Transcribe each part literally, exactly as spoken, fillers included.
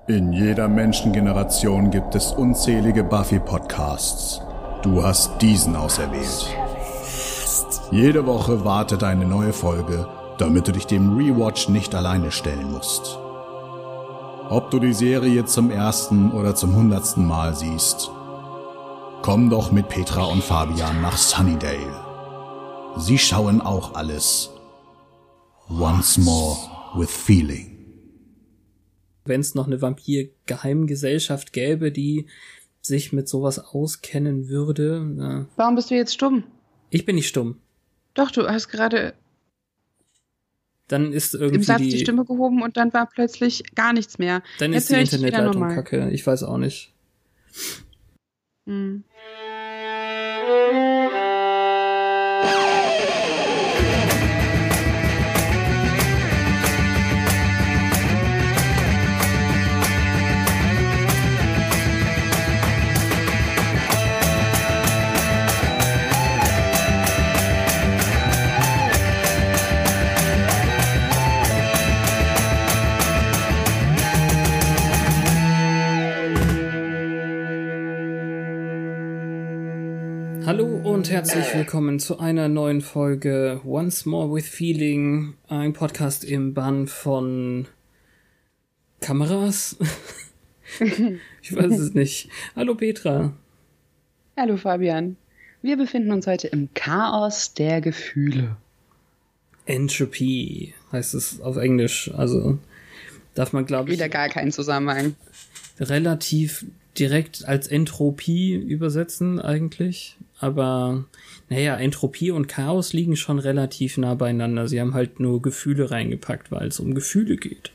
In jeder Menschengeneration gibt es unzählige Buffy-Podcasts. Du hast diesen auserwählt. Jede Woche wartet eine neue Folge, damit du dich dem Rewatch nicht alleine stellen musst. Ob du die Serie zum ersten oder zum hundertsten Mal siehst, komm doch mit Petra und Fabian nach Sunnydale. Sie schauen auch alles. Once more with feeling. Wenn es noch eine Vampir-Geheimgesellschaft gäbe, die sich mit sowas auskennen würde. Ja. Warum bist du jetzt stumm? Ich bin nicht stumm. Doch, du hast gerade Dann ist irgendwie im Satz die, die Stimme gehoben und dann war plötzlich gar nichts mehr. Dann Jetzt ist die höre ich dich wieder Internetleitung normal. kacke. Ich weiß auch nicht. Hm. Hallo und herzlich willkommen zu einer neuen Folge Once More with Feeling, ein Podcast im Bann von Kameras? Ich weiß es nicht. Hallo Petra. Hallo Fabian. Wir befinden uns heute im Chaos der Gefühle. Entropy heißt es auf Englisch. Also darf man, glaube ich, Wieder gar keinen Zusammenhang. relativ direkt als Entropie übersetzen eigentlich. Aber naja, Entropie und Chaos liegen schon relativ nah beieinander. Sie haben halt nur Gefühle reingepackt, weil es um Gefühle geht.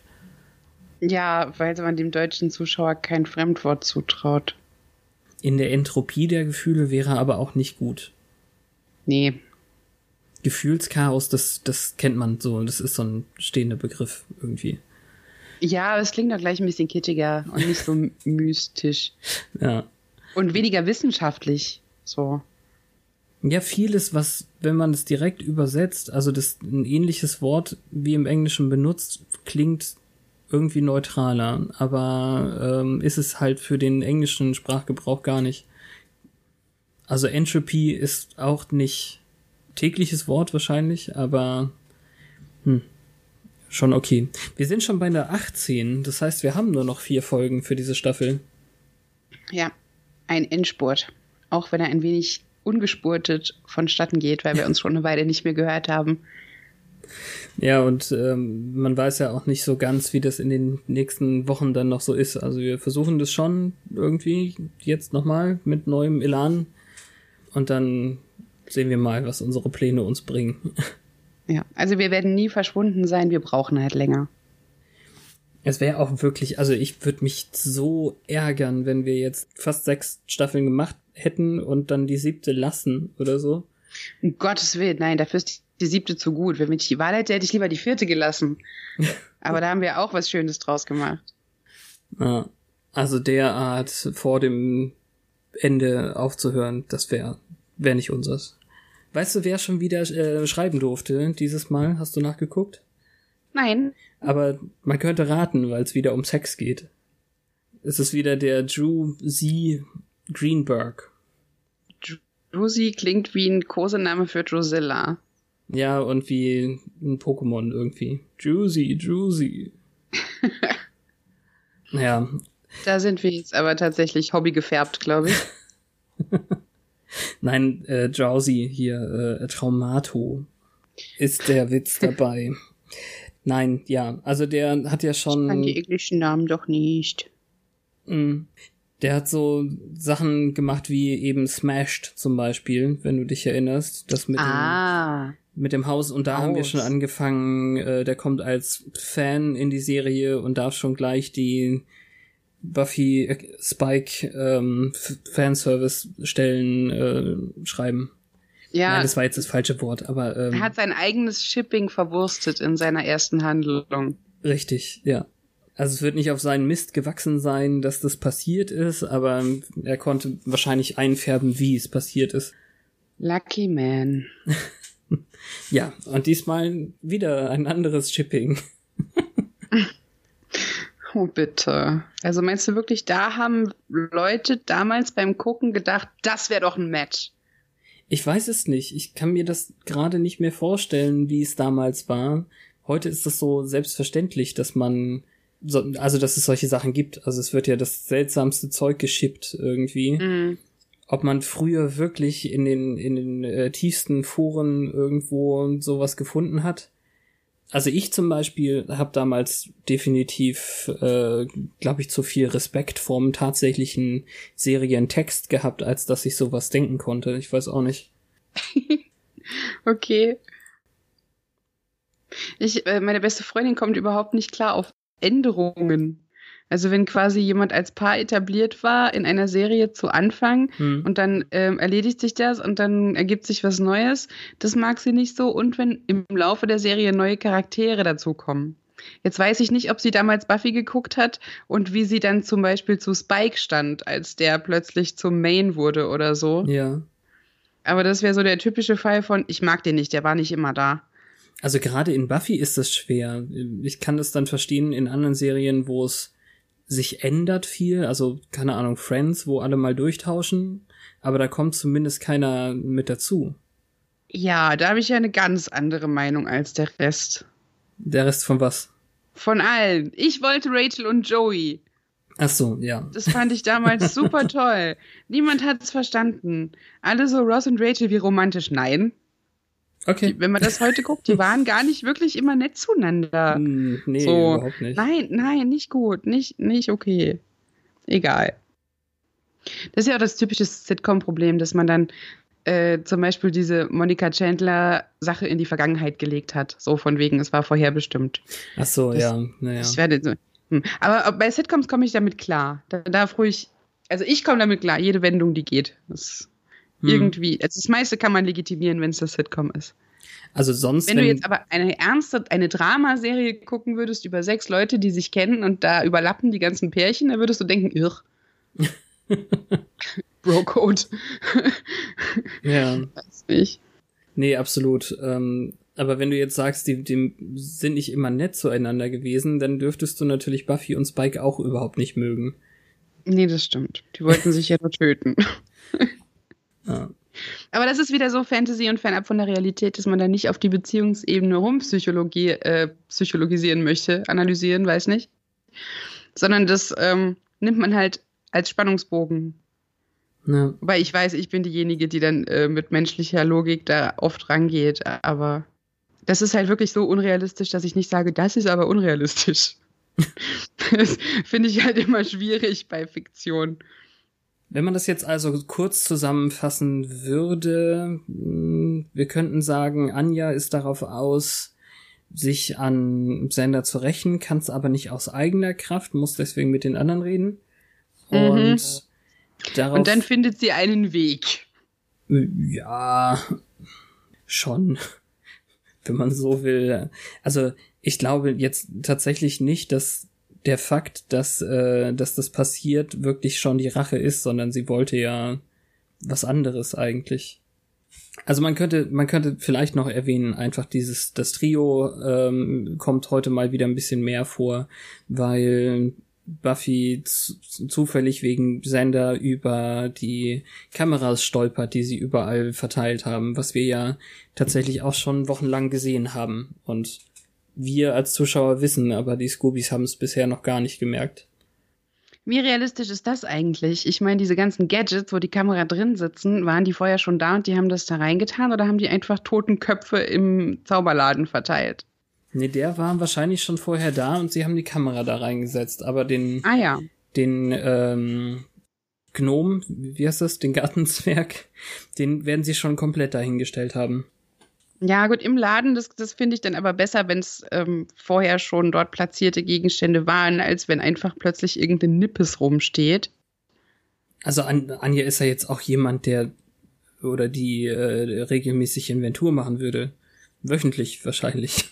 Ja, weil man dem deutschen Zuschauer kein Fremdwort zutraut. In der Entropie der Gefühle wäre aber auch nicht gut. Nee. Gefühlschaos, das, das kennt man so. Das ist so ein stehender Begriff irgendwie. Ja, es klingt doch gleich ein bisschen kitschiger und nicht so mystisch. Ja. Und weniger wissenschaftlich. So. Ja, vieles, was, wenn man es direkt übersetzt, also das ein ähnliches Wort wie im Englischen benutzt, klingt irgendwie neutraler, aber ähm, ist es halt für den englischen Sprachgebrauch gar nicht. Also Entropy ist auch nicht tägliches Wort wahrscheinlich, aber hm, schon okay. Wir sind schon bei der achtzehn, das heißt, wir haben nur noch vier Folgen für diese Staffel. Ja, ein Endspurt. Auch wenn er ein wenig ungespurtet vonstatten geht, weil wir uns schon eine Weile nicht mehr gehört haben. Ja, und ähm, man weiß ja auch nicht so ganz, wie das in den nächsten Wochen dann noch so ist. Also wir versuchen das schon irgendwie jetzt nochmal mit neuem Elan und dann sehen wir mal, was unsere Pläne uns bringen. Ja, also wir werden nie verschwunden sein, wir brauchen halt länger. Es wäre auch wirklich, also ich würde mich so ärgern, wenn wir jetzt fast sechs Staffeln gemacht hätten und dann die siebte lassen oder so. Um Gottes Willen, nein, dafür ist die siebte zu gut. Wenn ich die Wahl hätte, hätte ich lieber die vierte gelassen. Aber da haben wir auch was Schönes draus gemacht. Ja, also derart vor dem Ende aufzuhören, das wäre wär nicht unseres. Weißt du, wer schon wieder äh, schreiben durfte dieses Mal? Hast du nachgeguckt? Nein. Aber man könnte raten, weil es wieder um Sex geht. Es ist wieder der Drew Z. Greenberg. Druzy klingt wie ein Kosename für Drusilla. Ja, und wie ein Pokémon irgendwie. Druzy, Druzy. Naja. Da sind wir jetzt aber tatsächlich hobbygefärbt, glaube ich. Nein, äh, Drowsy hier, äh, Traumato ist der Witz dabei. Nein, ja, also der hat ja schon... Ich kann die englischen Namen doch nicht. Mh, der hat so Sachen gemacht wie eben Smashed zum Beispiel, wenn du dich erinnerst. Das mit, ah. dem, mit dem Haus. Und da Haus. haben wir schon angefangen, äh, der kommt als Fan in die Serie und darf schon gleich die Buffy äh, Spike ähm, Fanservice Stellen äh, schreiben. Ja. Nein, das war jetzt das falsche Wort, aber ähm, Er hat sein eigenes Shipping verwurstet in seiner ersten Handlung. Richtig, ja. Also es wird nicht auf seinen Mist gewachsen sein, dass das passiert ist, aber er konnte wahrscheinlich einfärben, wie es passiert ist. Lucky man. Ja, und diesmal wieder ein anderes Shipping. Oh, bitte. Also meinst du wirklich, da haben Leute damals beim Gucken gedacht, das wäre doch ein Match? Ich weiß es nicht. Ich kann mir das gerade nicht mehr vorstellen, wie es damals war. Heute ist es so selbstverständlich, dass man, so, also dass es solche Sachen gibt. Also es wird ja das seltsamste Zeug geschippt irgendwie. Mhm. Ob man früher wirklich in den in den äh, tiefsten Foren irgendwo sowas gefunden hat. Also ich zum Beispiel habe damals definitiv, äh, glaube ich, zu viel Respekt vorm tatsächlichen Serientext gehabt, als dass ich sowas denken konnte. Ich weiß auch nicht. Okay. Ich, äh, meine beste Freundin kommt überhaupt nicht klar auf Änderungen. Also wenn quasi jemand als Paar etabliert war in einer Serie zu Anfang hm. und dann ähm, erledigt sich das und dann ergibt sich was Neues, das mag sie nicht so. Und wenn im Laufe der Serie neue Charaktere dazukommen. Jetzt weiß ich nicht, ob sie damals Buffy geguckt hat und wie sie dann zum Beispiel zu Spike stand, als der plötzlich zum Main wurde oder so. Ja. Aber das wäre so der typische Fall von, ich mag den nicht, der war nicht immer da. Also gerade in Buffy ist das schwer. Ich kann das dann verstehen in anderen Serien, wo es sich ändert viel, also keine Ahnung, Friends, wo alle mal durchtauschen, aber da kommt zumindest keiner mit dazu. Ja, da habe ich ja eine ganz andere Meinung als der Rest. Der Rest von was? Von allen. Ich wollte Rachel und Joey. Ach so, ja. Das fand ich damals super toll. Niemand hat es verstanden. Alle so Ross und Rachel, wie romantisch. Nein. Okay. Die, wenn man das heute guckt, die waren gar nicht wirklich immer nett zueinander. Mm, nee, so, überhaupt nicht. Nein, nein, nicht gut. Nicht, nicht okay. Egal. Das ist ja auch das typische Sitcom-Problem, dass man dann äh, zum Beispiel diese Monica Chandler-Sache in die Vergangenheit gelegt hat. So von wegen, es war vorherbestimmt. Ach so, das, ja. Naja. Ich werde so, hm. Aber bei Sitcoms komme ich damit klar. Da darf ruhig, also ich komme damit klar, jede Wendung, die geht. Das hm. irgendwie, also das meiste kann man legitimieren, wenn es das Sitcom ist. Also sonst, wenn, wenn du jetzt aber eine ernste, eine Dramaserie gucken würdest über sechs Leute, die sich kennen und da überlappen die ganzen Pärchen, dann würdest du denken, irr. Bro-Code. Ja. Weiß nicht. Nee, absolut. Ähm, aber wenn du jetzt sagst, die, die sind nicht immer nett zueinander gewesen, dann dürftest du natürlich Buffy und Spike auch überhaupt nicht mögen. Nee, das stimmt. Die wollten sich ja nur töten. Ja. Aber das ist wieder so Fantasy und fernab von der Realität, dass man da nicht auf die Beziehungsebene rumpsychologie, äh, psychologisieren möchte, analysieren, weiß nicht. Sondern das ähm, nimmt man halt als Spannungsbogen. Ja. Wobei ich weiß, ich bin diejenige, die dann äh, mit menschlicher Logik da oft rangeht. Aber das ist halt wirklich so unrealistisch, dass ich nicht sage, das ist aber unrealistisch. Das finde ich halt immer schwierig bei Fiktion. Wenn man das jetzt also kurz zusammenfassen würde, wir könnten sagen, Anja ist darauf aus, sich an Xander zu rächen, kann es aber nicht aus eigener Kraft, muss deswegen mit den anderen reden. Und, mhm. darauf, und dann findet sie einen Weg. Ja, schon, wenn man so will. Also ich glaube jetzt tatsächlich nicht, dass der Fakt, dass, äh, dass das passiert, wirklich schon die Rache ist, sondern sie wollte ja was anderes eigentlich. Also man könnte, man könnte vielleicht noch erwähnen, einfach dieses, das Trio ähm, kommt heute mal wieder ein bisschen mehr vor, weil Buffy z- zufällig wegen Xander über die Kameras stolpert, die sie überall verteilt haben, was wir ja tatsächlich auch schon wochenlang gesehen haben und wir als Zuschauer wissen, aber die Scoobies haben es bisher noch gar nicht gemerkt. Wie realistisch ist das eigentlich? Ich meine, diese ganzen Gadgets, wo die Kamera drin sitzen, waren die vorher schon da und die haben das da reingetan oder haben die einfach toten Köpfe im Zauberladen verteilt? Nee, der war wahrscheinlich schon vorher da und sie haben die Kamera da reingesetzt, aber den, ah, ja. den ähm, Gnom, wie heißt das, den Gartenzwerg, den werden sie schon komplett dahingestellt haben. Ja, gut, im Laden, das, das finde ich dann aber besser, wenn es ähm, vorher schon dort platzierte Gegenstände waren, als wenn einfach plötzlich irgendein Nippes rumsteht. Also An- Anja ist ja jetzt auch jemand, der oder die äh, regelmäßig Inventur machen würde. Wöchentlich wahrscheinlich.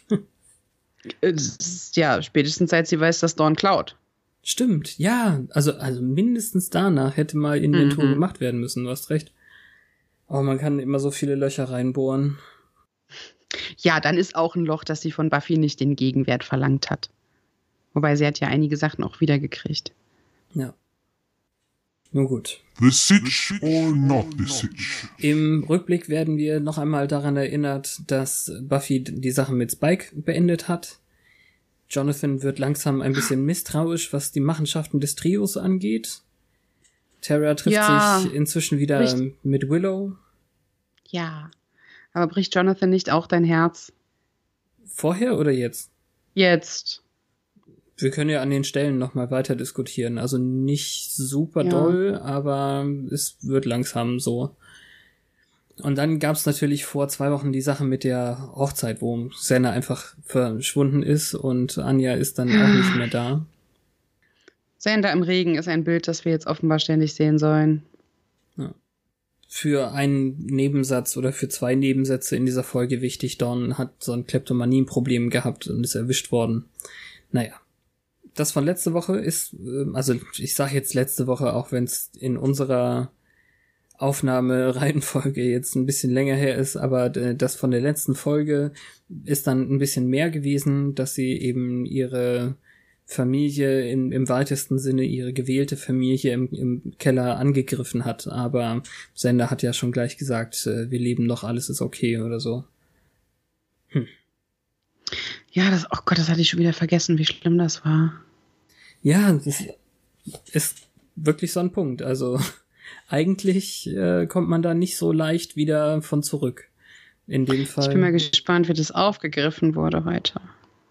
Ja, spätestens seit sie weiß, dass Dawn klaut. Stimmt, ja. Also, also mindestens danach hätte mal Inventur mhm. gemacht werden müssen, du hast recht. Aber man kann immer so viele Löcher reinbohren. Ja, dann ist auch ein Loch, dass sie von Buffy nicht den Gegenwert verlangt hat. Wobei sie hat ja einige Sachen auch wiedergekriegt. Ja. Nun gut. The Sitch or not the Sitch? Im Rückblick werden wir noch einmal daran erinnert, dass Buffy die Sache mit Spike beendet hat. Jonathan wird langsam ein bisschen misstrauisch, was die Machenschaften des Trios angeht. Tara trifft ja, sich inzwischen wieder bricht, mit Willow. Ja, aber bricht Jonathan nicht auch dein Herz? Vorher oder jetzt? Jetzt. Wir können ja an den Stellen nochmal weiter diskutieren. Also nicht super ja. doll, aber es wird langsam so. Und dann gab es natürlich vor zwei Wochen die Sache mit der Hochzeit, wo Senna einfach verschwunden ist und Anja ist dann auch nicht mehr da. Sander im Regen ist ein Bild, das wir jetzt offenbar ständig sehen sollen. Ja. Für einen Nebensatz oder für zwei Nebensätze in dieser Folge wichtig, Dawn hat so ein Kleptomanie-Problem gehabt und ist erwischt worden. Naja. Das von letzte Woche ist, also ich sage jetzt letzte Woche, auch wenn es in unserer Aufnahmereihenfolge jetzt ein bisschen länger her ist, aber das von der letzten Folge ist dann ein bisschen mehr gewesen, dass sie eben ihre Familie in, im weitesten Sinne, ihre gewählte Familie im, im Keller angegriffen hat. Aber Sender hat ja schon gleich gesagt, wir leben noch, alles ist okay oder so. Hm. Ja, das, oh Gott, das hatte ich schon wieder vergessen, wie schlimm das war. Ja, das ist wirklich so ein Punkt. Also eigentlich äh, kommt man da nicht so leicht wieder von zurück. In dem Fall. Ich bin mal gespannt, wie das aufgegriffen wurde heute.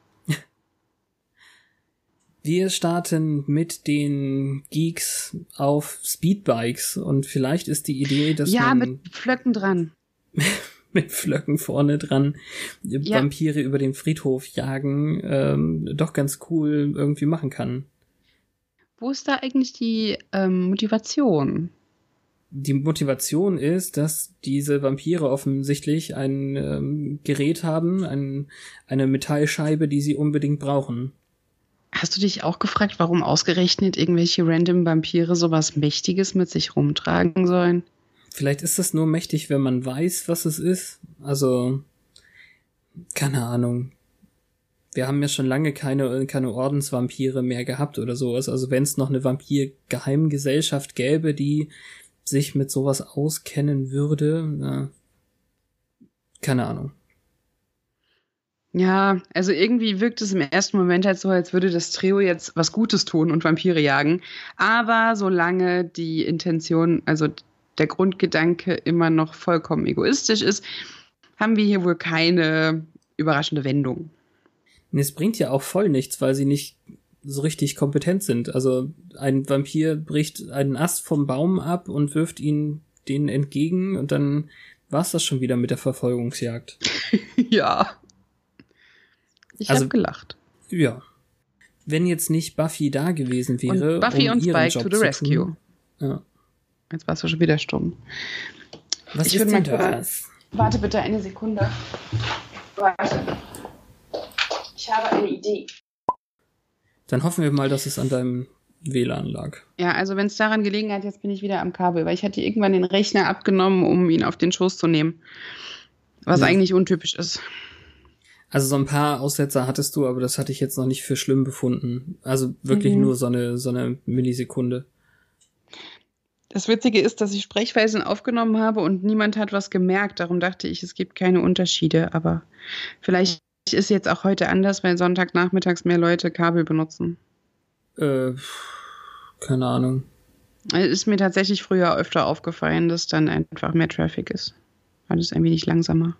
Wir starten mit den Geeks auf Speedbikes und vielleicht ist die Idee, dass ja, man... Ja, mit Pflöcken dran. mit Pflöcken vorne dran ja. Vampire über den Friedhof jagen, ähm, doch ganz cool irgendwie machen kann. Wo ist da eigentlich die ähm, Motivation? Die Motivation ist, dass diese Vampire offensichtlich ein ähm, Gerät haben, ein, eine Metallscheibe, die sie unbedingt brauchen. Hast du dich auch gefragt, warum ausgerechnet irgendwelche random Vampire sowas Mächtiges mit sich rumtragen sollen? Vielleicht ist das nur mächtig, wenn man weiß, was es ist. Also, keine Ahnung. Wir haben ja schon lange keine, keine Ordensvampire mehr gehabt oder sowas. Also wenn es noch eine Vampir-Geheimgesellschaft gäbe, die sich mit sowas auskennen würde, na, keine Ahnung. Ja, also irgendwie wirkt es im ersten Moment halt so, als würde das Trio jetzt was Gutes tun und Vampire jagen. Aber solange die Intention, also der Grundgedanke immer noch vollkommen egoistisch ist, haben wir hier wohl keine überraschende Wendung. Und es bringt ja auch voll nichts, weil sie nicht so richtig kompetent sind. Also ein Vampir bricht einen Ast vom Baum ab und wirft ihn denen entgegen und dann war's das schon wieder mit der Verfolgungsjagd. Ja. Ich also, habe gelacht. Ja. Wenn jetzt nicht Buffy da gewesen wäre, und Buffy um und ihren Spike Job to the rescue. Tun, ja. Jetzt warst du schon wieder stumm. Was ich ist denn das? Warte bitte eine Sekunde. Warte. Ich habe eine Idee. Dann hoffen wir mal, dass es an deinem W L A N lag. Ja, also wenn es daran gelegen hat, jetzt bin ich wieder am Kabel, weil ich hatte irgendwann den Rechner abgenommen, um ihn auf den Schoß zu nehmen. Was ja. eigentlich untypisch ist. Also so ein paar Aussetzer hattest du, aber das hatte ich jetzt noch nicht für schlimm befunden. Also wirklich mhm. nur so eine, so eine Millisekunde. Das Witzige ist, dass ich Sprechweisen aufgenommen habe und niemand hat was gemerkt. Darum dachte ich, es gibt keine Unterschiede. Aber vielleicht ist jetzt auch heute anders, weil Sonntagnachmittags mehr Leute Kabel benutzen. Äh, keine Ahnung. Es ist mir tatsächlich früher öfter aufgefallen, dass dann einfach mehr Traffic ist. War das ein wenig langsamer.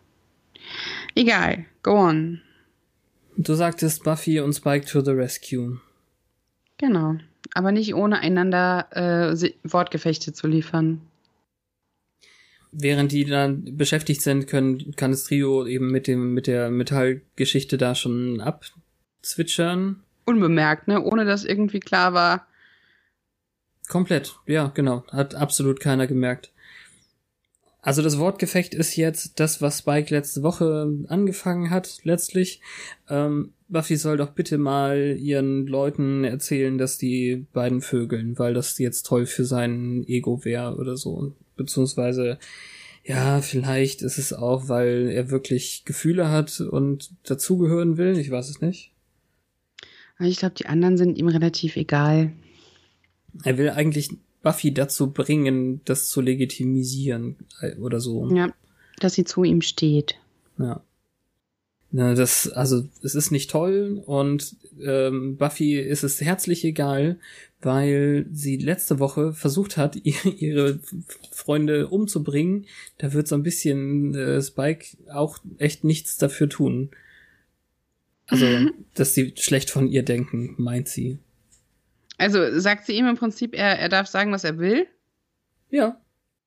Egal, go on. Du sagtest Buffy und Spike to the rescue. Genau, aber nicht ohne einander äh, Wortgefechte zu liefern. Während die dann beschäftigt sind, können, kann das Trio eben mit dem mit der Metallgeschichte da schon abzwitschern. Unbemerkt, ne? Ohne dass irgendwie klar war. Komplett, ja, genau. Hat absolut keiner gemerkt. Also das Wortgefecht ist jetzt das, was Spike letzte Woche angefangen hat, letztlich. Ähm, Buffy soll doch bitte mal ihren Leuten erzählen, dass die beiden vögeln, weil das jetzt toll für sein Ego wäre oder so. Beziehungsweise, ja, vielleicht ist es auch, weil er wirklich Gefühle hat und dazugehören will, ich weiß es nicht. Ich glaube, die anderen sind ihm relativ egal. Er will eigentlich Buffy dazu bringen, das zu legitimisieren oder so. Ja, dass sie zu ihm steht. Ja. Na, das, also, es ist nicht toll und ähm, Buffy ist es herzlich egal, weil sie letzte Woche versucht hat, ihre Freunde umzubringen. Da wird so ein bisschen äh, Spike auch echt nichts dafür tun. Also, dass sie schlecht von ihr denken, meint sie. Also sagt sie ihm im Prinzip, er, er darf sagen, was er will? Ja.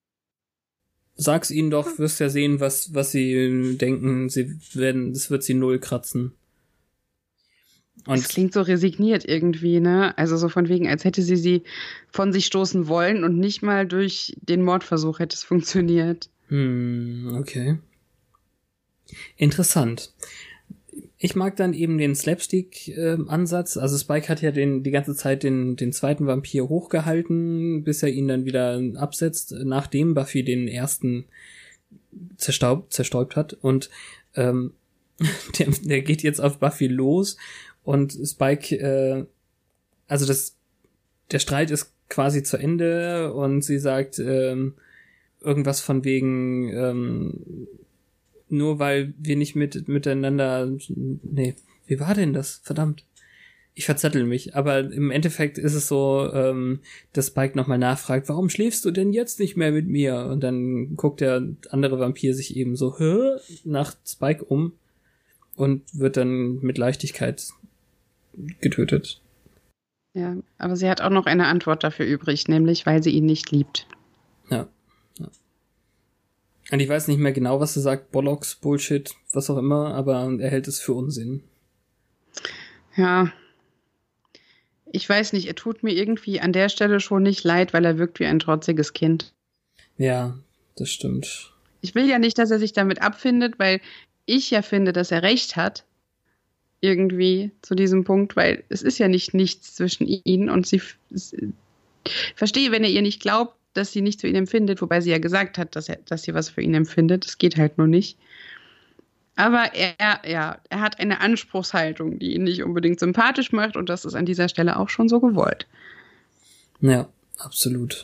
Sag's ihnen doch, wirst ja sehen, was, was sie denken. Sie werden, das wird sie null kratzen. Und das klingt so resigniert irgendwie, ne? Also so von wegen, als hätte sie sie von sich stoßen wollen und nicht mal durch den Mordversuch hätte es funktioniert. Hm, okay. Interessant. Ich mag dann eben den Slapstick-Ansatz. Also Spike hat ja den die ganze Zeit den den zweiten Vampir hochgehalten, bis er ihn dann wieder absetzt, nachdem Buffy den ersten zerstaubt, zerstäubt hat. Und ähm, der, der geht jetzt auf Buffy los und Spike, äh, also das der Streit ist quasi zu Ende und sie sagt ähm, irgendwas von wegen ähm, nur weil wir nicht mit miteinander, nee, wie war denn das? Verdammt. Ich verzettel mich. Aber im Endeffekt ist es so, ähm, dass Spike nochmal nachfragt, warum schläfst du denn jetzt nicht mehr mit mir? Und dann guckt der andere Vampir sich eben so Hö? nach Spike um und wird dann mit Leichtigkeit getötet. Ja, aber sie hat auch noch eine Antwort dafür übrig, nämlich weil sie ihn nicht liebt. Ja. ja. Und ich weiß nicht mehr genau, was er sagt, Bollocks, Bullshit, was auch immer, aber er hält es für Unsinn. Ja. Ich weiß nicht, er tut mir irgendwie an der Stelle schon nicht leid, weil er wirkt wie ein trotziges Kind. Ja, das stimmt. Ich will ja nicht, dass er sich damit abfindet, weil ich ja finde, dass er recht hat. Irgendwie zu diesem Punkt, weil es ist ja nicht nichts zwischen ihnen und sie es, ich verstehe, wenn er ihr nicht glaubt, dass sie nichts für ihn empfindet, wobei sie ja gesagt hat, dass er, dass sie was für ihn empfindet. Das geht halt nur nicht. Aber er, ja, er hat eine Anspruchshaltung, die ihn nicht unbedingt sympathisch macht und das ist an dieser Stelle auch schon so gewollt. Ja, absolut.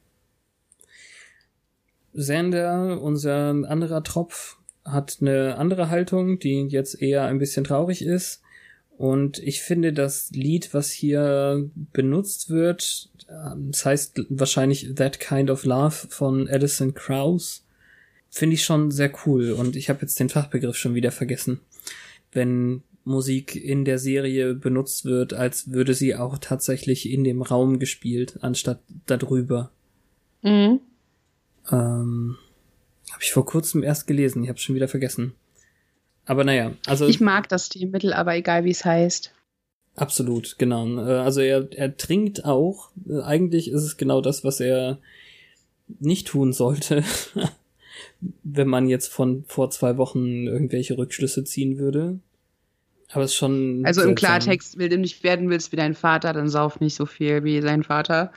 Xander, unser anderer Tropf, hat eine andere Haltung, die jetzt eher ein bisschen traurig ist. Und ich finde, das Lied, was hier benutzt wird, das heißt wahrscheinlich That Kind of Love von Alison Krauss, finde ich schon sehr cool. Und ich habe jetzt den Fachbegriff schon wieder vergessen. Wenn Musik in der Serie benutzt wird, als würde sie auch tatsächlich in dem Raum gespielt, anstatt darüber. Mhm. Ähm, habe ich vor kurzem erst gelesen, ich habe es schon wieder vergessen. Aber naja, also... Ich mag das Stilmittel, aber egal wie es heißt. Absolut, genau. Also er, er trinkt auch. Eigentlich ist es genau das, was er nicht tun sollte, wenn man jetzt von vor zwei Wochen irgendwelche Rückschlüsse ziehen würde. Aber es ist schon Also im seltsam. Klartext, will du nicht werden willst wie dein Vater, dann sauf nicht so viel wie sein Vater.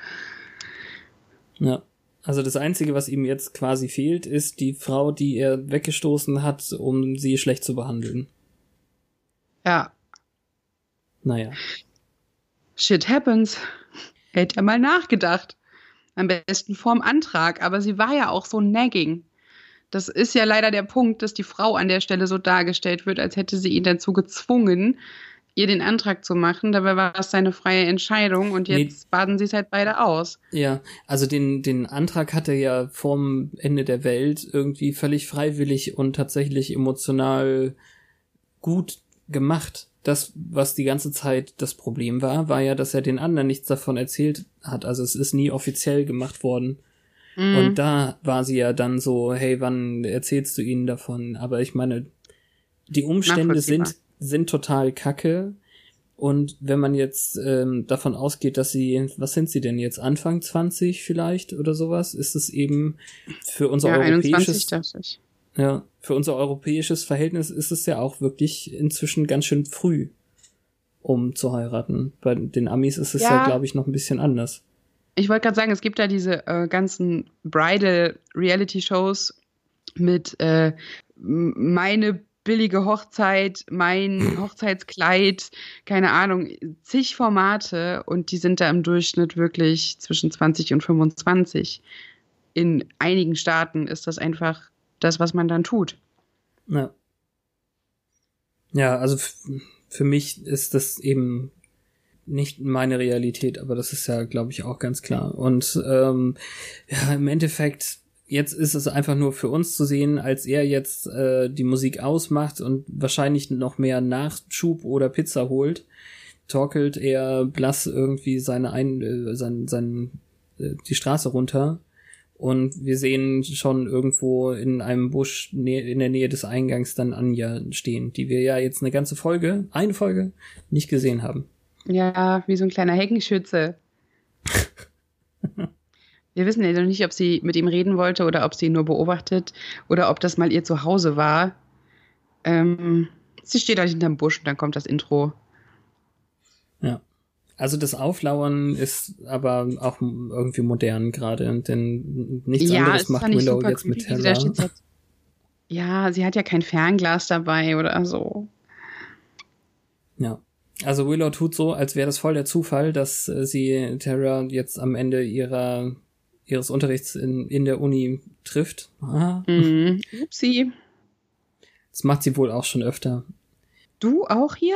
Ja. Also das Einzige, was ihm jetzt quasi fehlt, ist die Frau, die er weggestoßen hat, um sie schlecht zu behandeln. Ja. Naja. Shit happens. Hätte er mal nachgedacht. Am besten vorm Antrag. Aber sie war ja auch so nagging. Das ist ja leider der Punkt, dass die Frau an der Stelle so dargestellt wird, als hätte sie ihn dazu gezwungen, ihr den Antrag zu machen. Dabei war es seine freie Entscheidung und jetzt nee. baden sie es halt beide aus. Ja, also den den Antrag hat er ja vorm Ende der Welt irgendwie völlig freiwillig und tatsächlich emotional gut gemacht. Das, was die ganze Zeit das Problem war, war ja, dass er den anderen nichts davon erzählt hat. Also es ist nie offiziell gemacht worden. Mhm. Und da war sie ja dann so, hey, wann erzählst du ihnen davon? Aber ich meine, die Umstände sind sind total kacke. Und wenn man jetzt ähm, davon ausgeht, dass sie, was sind sie denn jetzt, Anfang zwanzig vielleicht oder sowas, ist es eben für unser ja, europäisches einundzwanzig, ja, für unser europäisches Verhältnis ist es ja auch wirklich inzwischen ganz schön früh, um zu heiraten. Bei den Amis ist es ja, ja glaube ich, noch ein bisschen anders. Ich wollte gerade sagen, es gibt ja diese äh, ganzen Bridal-Reality-Shows mit äh, meine billige Hochzeit, mein Hochzeitskleid, keine Ahnung, zig Formate und die sind da im Durchschnitt wirklich zwischen zwanzig und fünfundzwanzig. In einigen Staaten ist das einfach das, was man dann tut. Ja. Ja, also f- für mich ist das eben nicht meine Realität, aber das ist ja, glaube ich, auch ganz klar. Und ähm, ja, im Endeffekt, jetzt ist es einfach nur für uns zu sehen, als er jetzt äh, die Musik ausmacht und wahrscheinlich noch mehr Nachschub oder Pizza holt, torkelt er blass irgendwie seine ein, äh, sein, sein, äh, die Straße runter. Und wir sehen schon irgendwo in einem Busch nä- in der Nähe des Eingangs dann Anja stehen, die wir ja jetzt eine ganze Folge, eine Folge, nicht gesehen haben. Ja, wie so ein kleiner Heckenschütze. Wir wissen ja noch nicht, ob sie mit ihm reden wollte oder ob sie ihn nur beobachtet oder ob das mal ihr Zuhause war. Ähm, sie steht halt hinterm Busch und dann kommt das Intro. Ja. Also das Auflauern ist aber auch irgendwie modern gerade, denn nichts Ja, anderes es ist macht doch nicht Willow super jetzt mit creepy, wie sie da Terra. steht. Ja, sie hat ja kein Fernglas dabei oder so. Ja. Also Willow tut so, als wäre das voll der Zufall, dass äh, sie Terra jetzt am Ende ihrer ihres Unterrichts in, in der Uni trifft. Aha. Mhm. Upsi. Das macht sie wohl auch schon öfter. Du auch hier?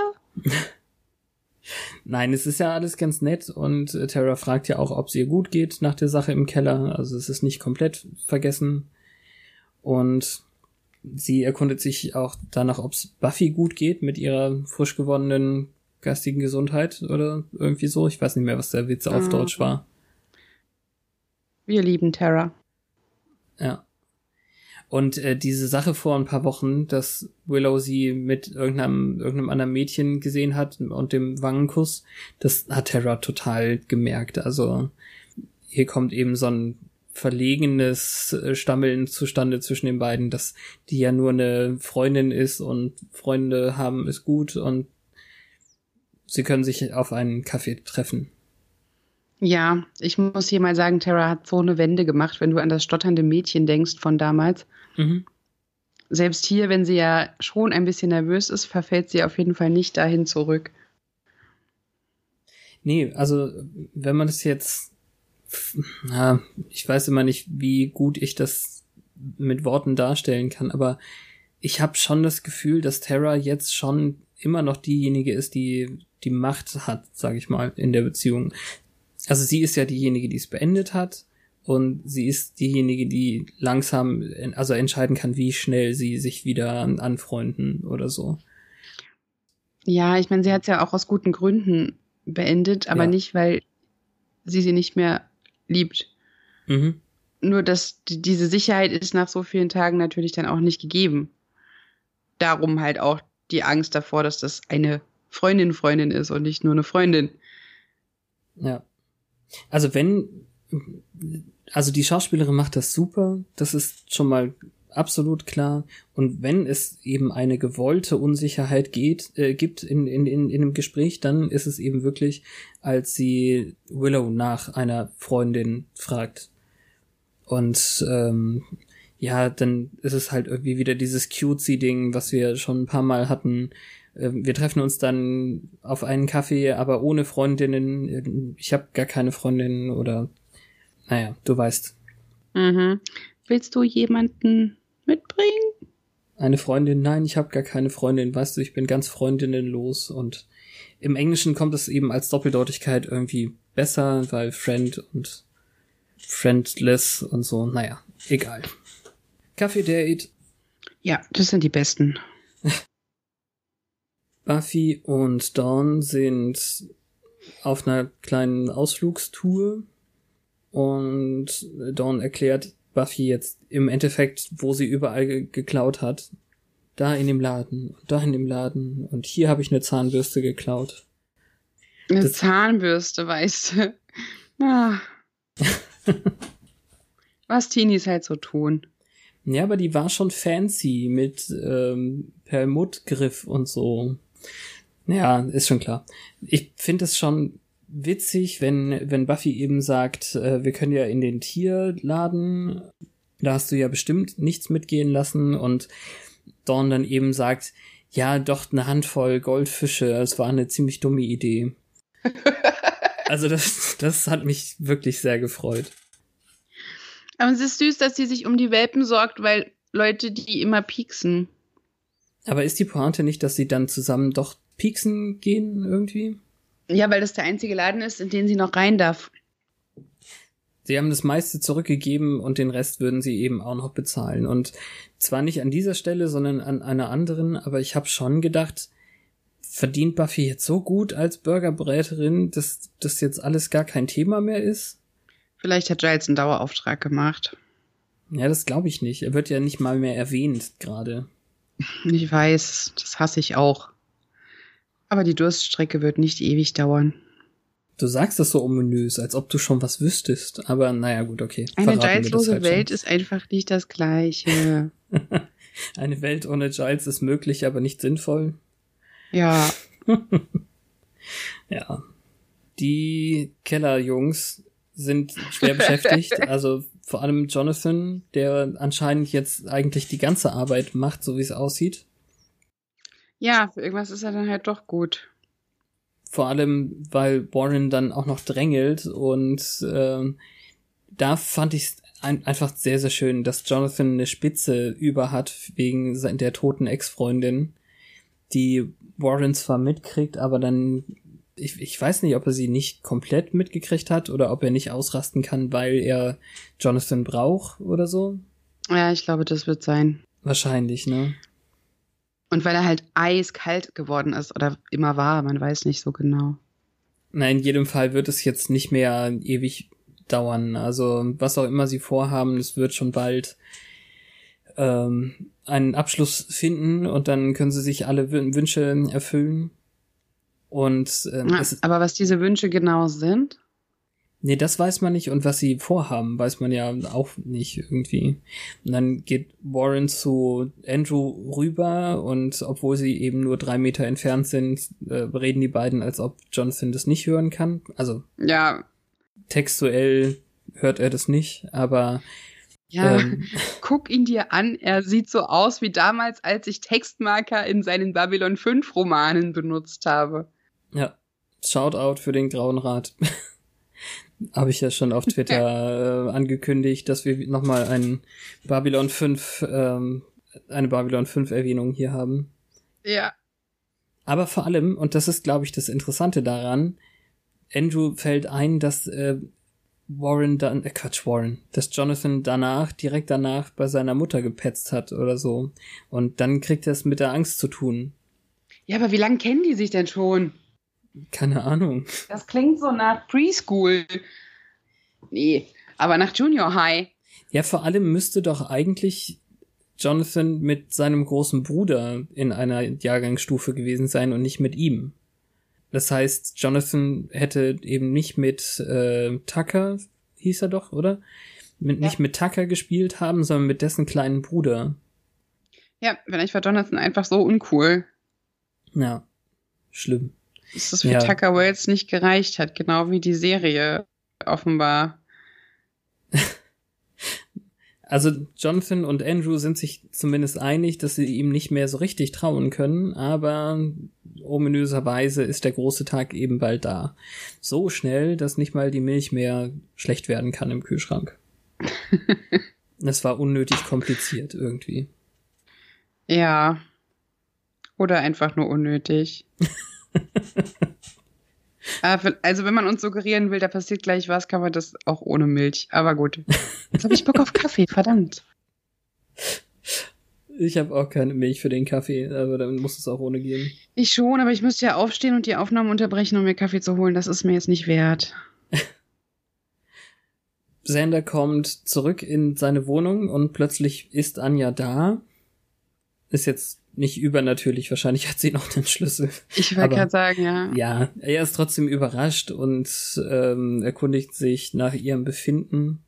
Nein, es ist ja alles ganz nett und äh, Terra fragt ja auch, ob es ihr gut geht nach der Sache im Keller. Also es ist nicht komplett vergessen. Und sie erkundet sich auch danach, ob es Buffy gut geht mit ihrer frisch gewonnenen geistigen Gesundheit oder irgendwie so. Ich weiß nicht mehr, was der Witz auf Ah. Deutsch war. Wir lieben Terra. Ja. Und äh, diese Sache vor ein paar Wochen, dass Willow sie mit irgendeinem, irgendeinem anderen Mädchen gesehen hat und dem Wangenkuss, das hat Terra total gemerkt. Also hier kommt eben so ein verlegenes äh, Stammeln zustande zwischen den beiden, dass die ja nur eine Freundin ist und Freunde haben ist gut und sie können sich auf einen Kaffee treffen. Ja, ich muss hier mal sagen, Terra hat so eine Wende gemacht, wenn du an das stotternde Mädchen denkst von damals. Mhm. Selbst hier, wenn sie ja schon ein bisschen nervös ist, verfällt sie auf jeden Fall nicht dahin zurück. Nee, also wenn man das jetzt, na, ich weiß immer nicht, wie gut ich das mit Worten darstellen kann, aber ich habe schon das Gefühl, dass Terra jetzt schon immer noch diejenige ist, die die Macht hat, sage ich mal, in der Beziehung. Also sie ist ja diejenige, die es beendet hat und sie ist diejenige, die langsam, also entscheiden kann, wie schnell sie sich wieder anfreunden oder so. Ja, ich meine, sie hat es ja auch aus guten Gründen beendet, aber Ja. nicht, weil sie sie nicht mehr liebt. Mhm. Nur, dass die, diese Sicherheit ist nach so vielen Tagen natürlich dann auch nicht gegeben. Darum halt auch die Angst davor, dass das eine Freundin Freundin ist und nicht nur eine Freundin. Ja. Also wenn, also die Schauspielerin macht das super, das ist schon mal absolut klar. Und wenn es eben eine gewollte Unsicherheit geht, äh, gibt in, in, in, in einem Gespräch, dann ist es eben wirklich, als sie Willow nach einer Freundin fragt. Und ähm, ja, dann ist es halt irgendwie wieder dieses cutesy-Ding, was wir schon ein paar Mal hatten. Wir treffen uns dann auf einen Kaffee, aber ohne Freundinnen. Ich habe gar keine Freundinnen oder, naja, du weißt. Mhm. Willst du jemanden mitbringen? Eine Freundin? Nein, ich habe gar keine Freundin. Weißt du, ich bin ganz freundinnenlos. Und im Englischen kommt es eben als Doppeldeutigkeit irgendwie besser, weil Friend und Friendless und so. Naja, egal. Kaffee-Date. Ja, das sind die besten. Buffy und Dawn sind auf einer kleinen Ausflugstour und Dawn erklärt Buffy jetzt im Endeffekt, wo sie überall ge- geklaut hat. Da in dem Laden und da in dem Laden und hier habe ich eine Zahnbürste geklaut. Eine Das- Zahnbürste, weißt du. Ah. Was Teenies halt so tun. Ja, aber die war schon fancy mit ähm, Perlmuttgriff und so. Ja, ist schon klar. Ich finde es schon witzig, wenn wenn Buffy eben sagt, äh, wir können ja in den Tierladen, da hast du ja bestimmt nichts mitgehen lassen und Dawn dann eben sagt, ja, doch eine Handvoll Goldfische, es war eine ziemlich dumme Idee. Also das, das hat mich wirklich sehr gefreut. Aber es ist süß, dass sie sich um die Welpen sorgt, weil Leute, die immer pieksen. Aber ist die Pointe nicht, dass sie dann zusammen doch pieksen gehen irgendwie? Ja, weil das der einzige Laden ist, in den sie noch rein darf. Sie haben das meiste zurückgegeben und den Rest würden sie eben auch noch bezahlen. Und zwar nicht an dieser Stelle, sondern an einer anderen, aber ich habe schon gedacht, verdient Buffy jetzt so gut als Burgerbräterin, dass das jetzt alles gar kein Thema mehr ist? Vielleicht hat Giles einen Dauerauftrag gemacht. Ja, das glaube ich nicht. Er wird ja nicht mal mehr erwähnt gerade. Ich weiß, das hasse ich auch. Aber die Durststrecke wird nicht ewig dauern. Du sagst das so ominös, als ob du schon was wüsstest. Aber naja, gut, okay. Eine Giles-lose halt Welt schon. Ist einfach nicht das Gleiche. Eine Welt ohne Giles ist möglich, aber nicht sinnvoll. Ja. Ja. Die Kellerjungs sind schwer beschäftigt. Also vor allem Jonathan, der anscheinend jetzt eigentlich die ganze Arbeit macht, so wie es aussieht. Ja, für irgendwas ist er dann halt doch gut. Vor allem, weil Warren dann auch noch drängelt und ähm, da fand ich es ein, einfach sehr, sehr schön, dass Jonathan eine Spitze über hat wegen der toten Ex-Freundin, die Warren zwar mitkriegt, aber dann, ich, ich weiß nicht, ob er sie nicht komplett mitgekriegt hat oder ob er nicht ausrasten kann, weil er Jonathan braucht oder so. Ja, ich glaube, das wird sein. Wahrscheinlich, ne? Und weil er halt eiskalt geworden ist oder immer war, man weiß nicht so genau. Na, in jedem Fall wird es jetzt nicht mehr ewig dauern. Also was auch immer sie vorhaben, es wird schon bald ähm, einen Abschluss finden und dann können sie sich alle w- Wünsche erfüllen. Und ähm, ja, es, aber was diese Wünsche genau sind? Nee, das weiß man nicht und was sie vorhaben, weiß man ja auch nicht irgendwie. Und dann geht Warren zu Andrew rüber und obwohl sie eben nur drei Meter entfernt sind, äh, reden die beiden, als ob Jonathan das nicht hören kann. Also ja, textuell hört er das nicht, aber ja, ähm, guck ihn dir an, er sieht so aus wie damals, als ich Textmarker in seinen Babylon fünf Romanen benutzt habe. Ja, Shoutout für den Grauen Rat. Habe ich ja schon auf Twitter äh, angekündigt, dass wir nochmal einen Babylon fünf, ähm, eine Babylon fünf Erwähnung hier haben. Ja. Aber vor allem, und das ist, glaube ich, das Interessante daran, Andrew fällt ein, dass äh, Warren dann, äh, Quatsch, Warren, dass Jonathan danach, direkt danach bei seiner Mutter gepetzt hat oder so. Und dann kriegt er es mit der Angst zu tun. Ja, aber wie lange kennen die sich denn schon? Keine Ahnung. Das klingt so nach Preschool. Nee, aber nach Junior High. Ja, vor allem müsste doch eigentlich Jonathan mit seinem großen Bruder in einer Jahrgangsstufe gewesen sein und nicht mit ihm. Das heißt, Jonathan hätte eben nicht mit äh, Tucker, hieß er doch, oder? Mit, ja. Nicht mit Tucker gespielt haben, sondern mit dessen kleinen Bruder. Ja, vielleicht war Jonathan einfach so uncool. Ja, schlimm. Dass das für ja. Tucker Wells nicht gereicht hat, genau wie die Serie offenbar. Also Jonathan und Andrew sind sich zumindest einig, dass sie ihm nicht mehr so richtig trauen können, aber ominöserweise ist der große Tag eben bald da. So schnell, dass nicht mal die Milch mehr schlecht werden kann im Kühlschrank. Das war unnötig kompliziert irgendwie. Ja. Oder einfach nur unnötig. Also wenn man uns suggerieren will, da passiert gleich was, kann man das auch ohne Milch. Aber gut. Jetzt habe ich Bock auf Kaffee, verdammt. Ich habe auch keine Milch für den Kaffee, aber dann muss es auch ohne gehen. Ich schon, aber ich müsste ja aufstehen und die Aufnahme unterbrechen, um mir Kaffee zu holen. Das ist mir jetzt nicht wert. Xander kommt zurück in seine Wohnung und plötzlich ist Anja da. Ist jetzt nicht übernatürlich, wahrscheinlich hat sie noch den Schlüssel. Ich wollte gerade sagen, ja. Ja, er ist trotzdem überrascht und ähm, erkundigt sich nach ihrem Befinden.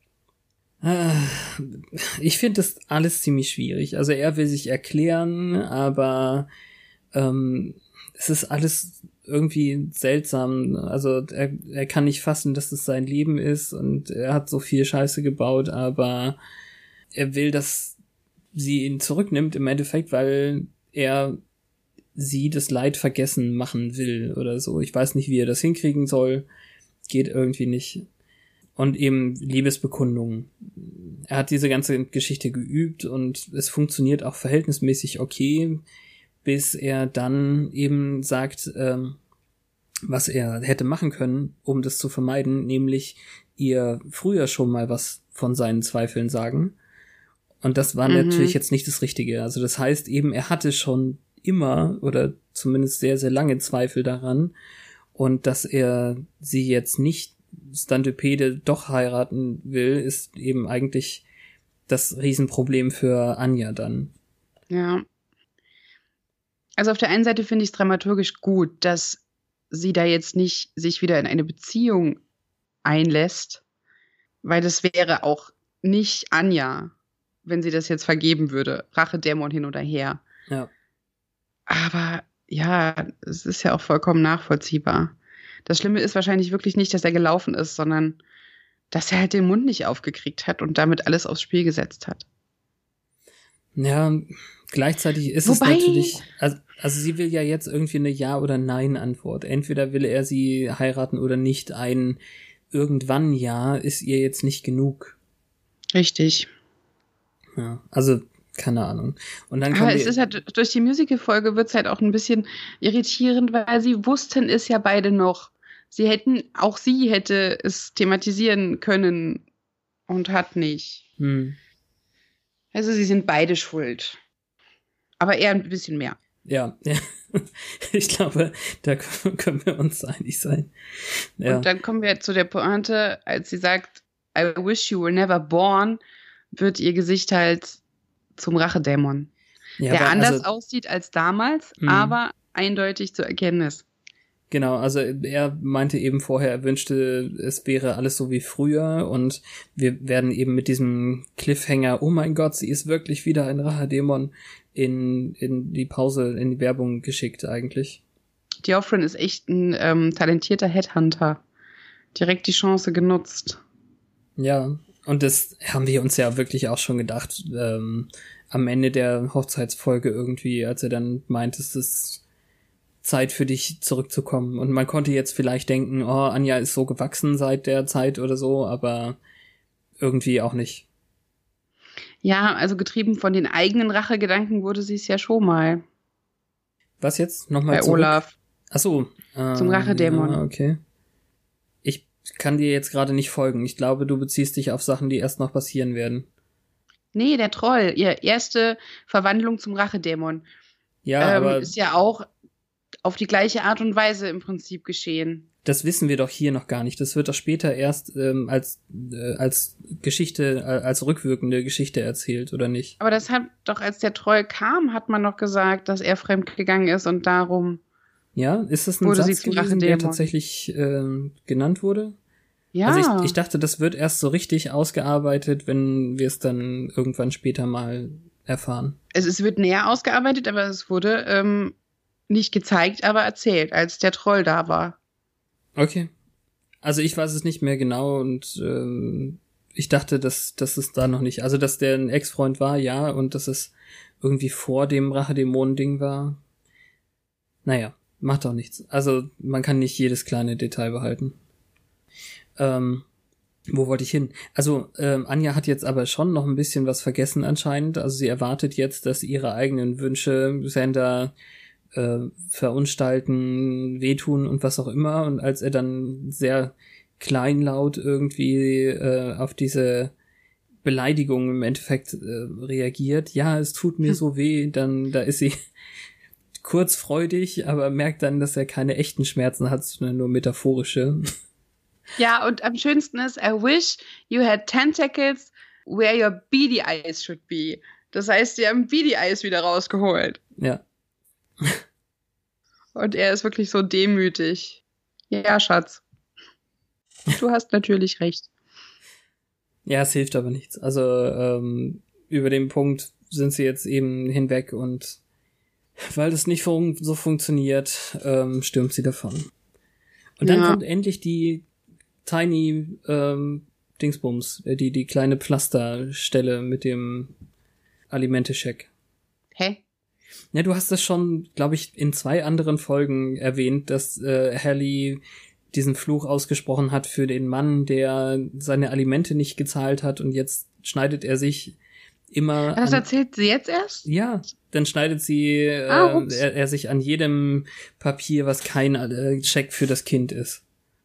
Ich finde das alles ziemlich schwierig. Also er will sich erklären, aber ähm, es ist alles irgendwie seltsam. Also er, er kann nicht fassen, dass es sein Leben ist und er hat so viel Scheiße gebaut, aber er will das sie ihn zurücknimmt im Endeffekt, weil er sie das Leid vergessen machen will oder so. Ich weiß nicht, wie er das hinkriegen soll. Geht irgendwie nicht. Und eben Liebesbekundungen. Er hat diese ganze Geschichte geübt und es funktioniert auch verhältnismäßig okay, bis er dann eben sagt, ähm, was er hätte machen können, um das zu vermeiden, nämlich ihr früher schon mal was von seinen Zweifeln sagen. Und das war mhm. natürlich jetzt nicht das Richtige. Also das heißt eben, er hatte schon immer oder zumindest sehr, sehr lange Zweifel daran und dass er sie jetzt nicht Stantipede doch heiraten will, ist eben eigentlich das Riesenproblem für Anja dann. Ja. Also auf der einen Seite finde ich es dramaturgisch gut, dass sie da jetzt nicht sich wieder in eine Beziehung einlässt, weil das wäre auch nicht Anja, wenn sie das jetzt vergeben würde. Rachedämon hin oder her. Ja. Aber ja, es ist ja auch vollkommen nachvollziehbar. Das Schlimme ist wahrscheinlich wirklich nicht, dass er gelaufen ist, sondern dass er halt den Mund nicht aufgekriegt hat und damit alles aufs Spiel gesetzt hat. Ja, gleichzeitig ist Wobei, es natürlich, also, also sie will ja jetzt irgendwie eine Ja- oder Nein-Antwort. Entweder will er sie heiraten oder nicht. Ein irgendwann Ja ist ihr jetzt nicht genug. Richtig. Ja, also keine Ahnung. Und dann Aber es ist halt, durch die Musical-Folge wird es halt auch ein bisschen irritierend, weil sie wussten es ja beide noch. Sie hätten, auch sie hätte es thematisieren können und hat nicht. Hm. Also sie sind beide schuld. Aber eher ein bisschen mehr. Ja, ja. Ich glaube, da können wir uns einig sein. Ja. Und dann kommen wir zu der Pointe, als sie sagt, I wish you were never born, wird ihr Gesicht halt zum Rachedämon. Ja, der anders also, aussieht als damals, mh. aber eindeutig zu erkennen ist. Genau, also er meinte eben vorher, er wünschte, es wäre alles so wie früher und wir werden eben mit diesem Cliffhanger, oh mein Gott, sie ist wirklich wieder ein Rachedämon, in, in die Pause, in die Werbung geschickt eigentlich. Geoffrey ist echt ein ähm, talentierter Headhunter. Direkt die Chance genutzt. Ja, und das haben wir uns ja wirklich auch schon gedacht, ähm, am Ende der Hochzeitsfolge irgendwie, als er dann meint, es ist Zeit für dich zurückzukommen. Und man konnte jetzt vielleicht denken, oh, Anja ist so gewachsen seit der Zeit oder so, aber irgendwie auch nicht. Ja, also getrieben von den eigenen Rachegedanken wurde sie es ja schon mal. Was jetzt? Nochmal Bei zurück? Olaf. Ach so. Äh, Zum Rachedämon. Ja, okay. Ich kann dir jetzt gerade nicht folgen. Ich glaube, du beziehst dich auf Sachen, die erst noch passieren werden. Nee, der Troll. Ihre erste Verwandlung zum Rachedämon. Ja, ähm, aber ist ja auch auf die gleiche Art und Weise im Prinzip geschehen. Das wissen wir doch hier noch gar nicht. Das wird doch später erst ähm, als äh, als Geschichte, äh, als rückwirkende Geschichte erzählt, oder nicht? Aber das hat doch, als der Troll kam, hat man noch gesagt, dass er fremdgegangen ist und darum ja, ist das ein wurde Satz sie gewesen, der tatsächlich äh, genannt wurde? Ja. Also ich, ich dachte, das wird erst so richtig ausgearbeitet, wenn wir es dann irgendwann später mal erfahren. Es, es wird näher ausgearbeitet, aber es wurde ähm, nicht gezeigt, aber erzählt, als der Troll da war. Okay. Also ich weiß es nicht mehr genau und ähm, ich dachte, dass, dass es da noch nicht, also dass der ein Ex-Freund war, ja, und dass es irgendwie vor dem Rachedämonen-Ding war. Naja, macht auch nichts. Also man kann nicht jedes kleine Detail behalten. Ähm, wo wollte ich hin? Also ähm, Anja hat jetzt aber schon noch ein bisschen was vergessen anscheinend. Also sie erwartet jetzt, dass ihre eigenen Wünsche Xander äh, verunstalten, wehtun und was auch immer. Und als er dann sehr kleinlaut irgendwie äh, auf diese Beleidigung im Endeffekt äh, reagiert, ja, es tut mir hm. so weh, dann da ist sie kurz freudig, aber merkt dann, dass er keine echten Schmerzen hat, sondern nur metaphorische. Ja, und am schönsten ist, I wish you had tentacles where your beady eyes should be. Das heißt, sie haben Beady Eyes wieder rausgeholt. Ja. Und er ist wirklich so demütig. Ja, Schatz. Du hast natürlich recht. Ja, es hilft aber nichts. Also ähm, über den Punkt sind sie jetzt eben hinweg und weil das nicht fun- so funktioniert, ähm, stürmt sie davon. Und dann ja. kommt endlich die Tiny ähm, Dingsbums, die die kleine Pflasterstelle mit dem Alimente-Scheck. Hä? Ja, du hast das schon, glaube ich, in zwei anderen Folgen erwähnt, dass äh, Hallie diesen Fluch ausgesprochen hat für den Mann, der seine Alimente nicht gezahlt hat und jetzt schneidet er sich immer Das an, erzählt sie jetzt erst? Ja, dann schneidet sie äh, ah, er, er sich an jedem Papier, was kein äh, Scheck für das Kind ist.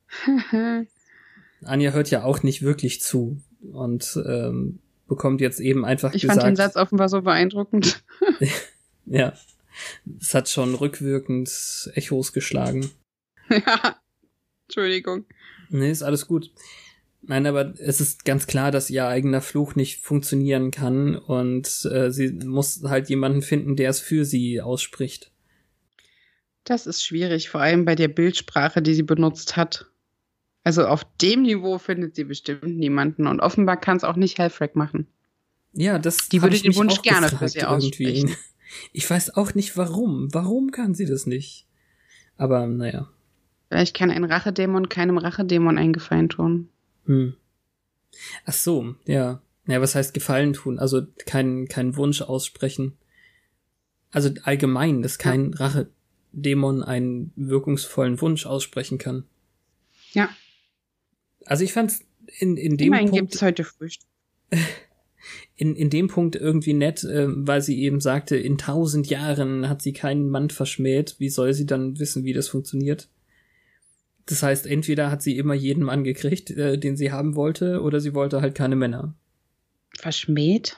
Anja hört ja auch nicht wirklich zu und ähm, bekommt jetzt eben einfach ich gesagt... Ich fand den Satz offenbar so beeindruckend. Ja, es hat schon rückwirkend Echos geschlagen. Ja, Entschuldigung. Nee, ist alles gut. Nein, aber es ist ganz klar, dass ihr eigener Fluch nicht funktionieren kann und äh, sie muss halt jemanden finden, der es für sie ausspricht. Das ist schwierig, vor allem bei der Bildsprache, die sie benutzt hat. Also auf dem Niveau findet sie bestimmt niemanden und offenbar kann es auch nicht Helfrich machen. Ja, das die würde ich den mich Wunsch auch gerne gefragt, für sie aussprechen. Irgendwie. Ich weiß auch nicht warum. Warum kann sie das nicht? Aber naja. Vielleicht kann ein Rachedämon keinem Rachedämon einen Gefallen tun. Hm. Ach so, ja. Ja, was heißt Gefallen tun? Also keinen keinen Wunsch aussprechen. Also allgemein, dass kein ja. Rachedämon einen wirkungsvollen Wunsch aussprechen kann. Ja. Also ich fand's in, in dem Immerhin Punkt... gibt's heute Frühstück. In, in dem Punkt irgendwie nett, äh, weil sie eben sagte, in tausend Jahren hat sie keinen Mann verschmäht. Wie soll sie dann wissen, wie das funktioniert? Das heißt, entweder hat sie immer jeden Mann gekriegt, äh, den sie haben wollte, oder sie wollte halt keine Männer. Verschmäht?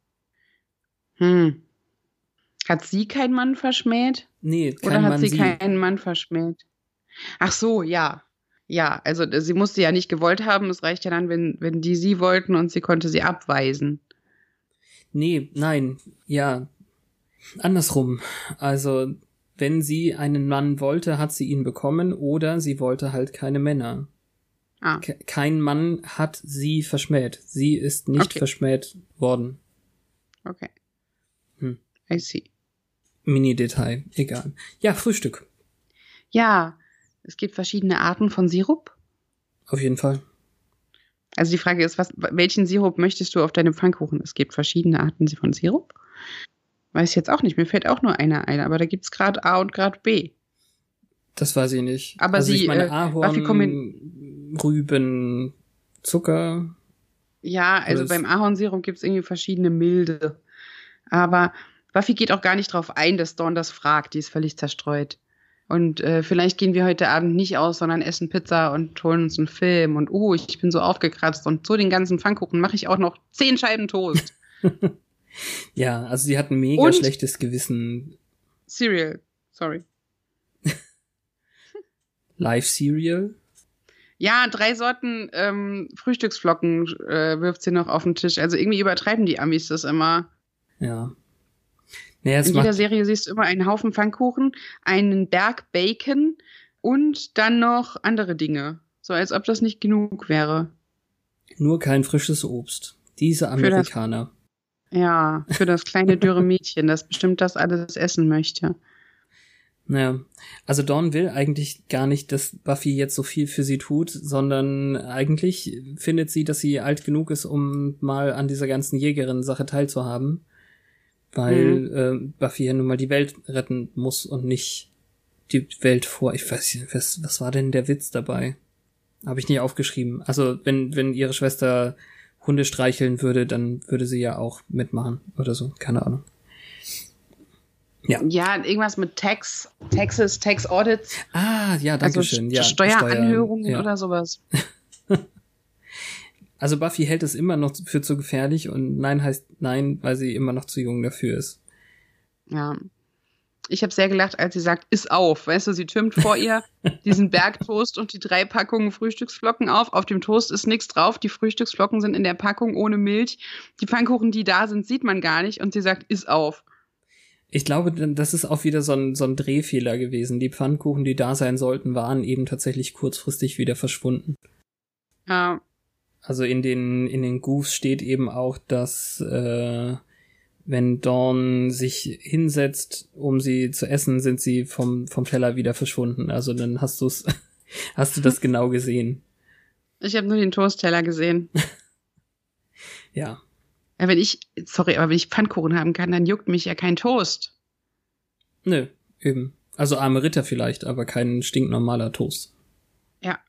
Hm. Hat sie keinen Mann verschmäht? Nee, kein Oder hat Mann sie, sie keinen Mann verschmäht? Ach so, ja. Ja, also sie musste ja nicht gewollt haben. Es reicht ja dann, wenn, wenn die sie wollten und sie konnte sie abweisen. Nee, nein, ja. Andersrum. Also, wenn sie einen Mann wollte, hat sie ihn bekommen, oder sie wollte halt keine Männer. Ah. Ke- kein Mann hat sie verschmäht. Sie ist nicht Okay. verschmäht worden. Okay. Hm. I see. Mini-Detail, egal. Ja, Frühstück. Ja, es gibt verschiedene Arten von Sirup. Auf jeden Fall. Also die Frage ist, was, welchen Sirup möchtest du auf deinem Pfannkuchen? Es gibt verschiedene Arten von Sirup. Weiß jetzt auch nicht, mir fällt auch nur einer ein, aber da gibt's Grad A und Grad B. Das weiß ich nicht. Aber also sie, ich meine, äh, Ahorn, Buffy kommen- Rüben, Zucker. Ja, also Das- beim Ahornsirup gibt's irgendwie verschiedene Milde. Aber Buffy geht auch gar nicht drauf ein, dass Dawn das fragt. Die ist völlig zerstreut. Und äh, vielleicht gehen wir heute Abend nicht aus, sondern essen Pizza und holen uns einen Film. Und oh, ich bin so aufgekratzt. Und so den ganzen Pfannkuchen mache ich auch noch zehn Scheiben Toast. Ja, also sie hat ein mega Und- schlechtes Gewissen. Cereal, sorry. Live-Cereal. Ja, drei Sorten ähm, Frühstücksflocken äh, wirft sie noch auf den Tisch. Also irgendwie übertreiben die Amis das immer. Ja. Naja, es In jeder macht, Serie siehst du immer einen Haufen Pfannkuchen, einen Berg Bacon und dann noch andere Dinge. So als ob das nicht genug wäre. nur kein frisches Obst. Diese das- Amerikaner. Ja, für das kleine dürre Mädchen, das bestimmt das alles essen möchte. Naja, also Dawn will eigentlich gar nicht, dass Buffy jetzt so viel für sie tut, sondern eigentlich findet sie, dass sie alt genug ist, um mal an dieser ganzen Jägerin-Sache teilzuhaben. Weil Mhm. äh, Buffy ja nun mal die Welt retten muss und nicht die Welt vor. Ich weiß nicht, was, was war denn der Witz dabei? Habe ich nicht aufgeschrieben. Also wenn, wenn ihre Schwester Hunde streicheln würde, dann würde sie ja auch mitmachen oder so. Keine Ahnung. Ja. Ja, irgendwas mit Tax, Taxes, Tax Audits, Ah, ja, danke also schön. St- Ja, Steueranhörungen Steuern, ja. oder sowas. Also Buffy hält es immer noch für zu gefährlich und nein heißt nein, weil sie immer noch zu jung dafür ist. Ja. Ich habe sehr gelacht, als sie sagt, iss auf. Weißt du, sie türmt vor ihr diesen Berg Toast und die drei Packungen Frühstücksflocken auf. Auf dem Toast ist nichts drauf. Die Frühstücksflocken sind in der Packung ohne Milch. Die Pfannkuchen, die da sind, sieht man gar nicht. Und sie sagt, iss auf. Ich glaube, das ist auch wieder so ein, so ein Drehfehler gewesen. Die Pfannkuchen, die da sein sollten, waren eben tatsächlich kurzfristig wieder verschwunden. Ja, Also in den, in den Goofs steht eben auch, dass äh, wenn Dawn sich hinsetzt, um sie zu essen, sind sie vom, vom Teller wieder verschwunden. Also dann hast du's, hast du das genau gesehen. ich habe nur den Toastteller gesehen. Ja. Ja, wenn ich, sorry, aber wenn ich Pfannkuchen haben kann, dann juckt mich ja kein Toast. Nö, eben. Also arme Ritter vielleicht, aber kein stinknormaler Toast. Ja.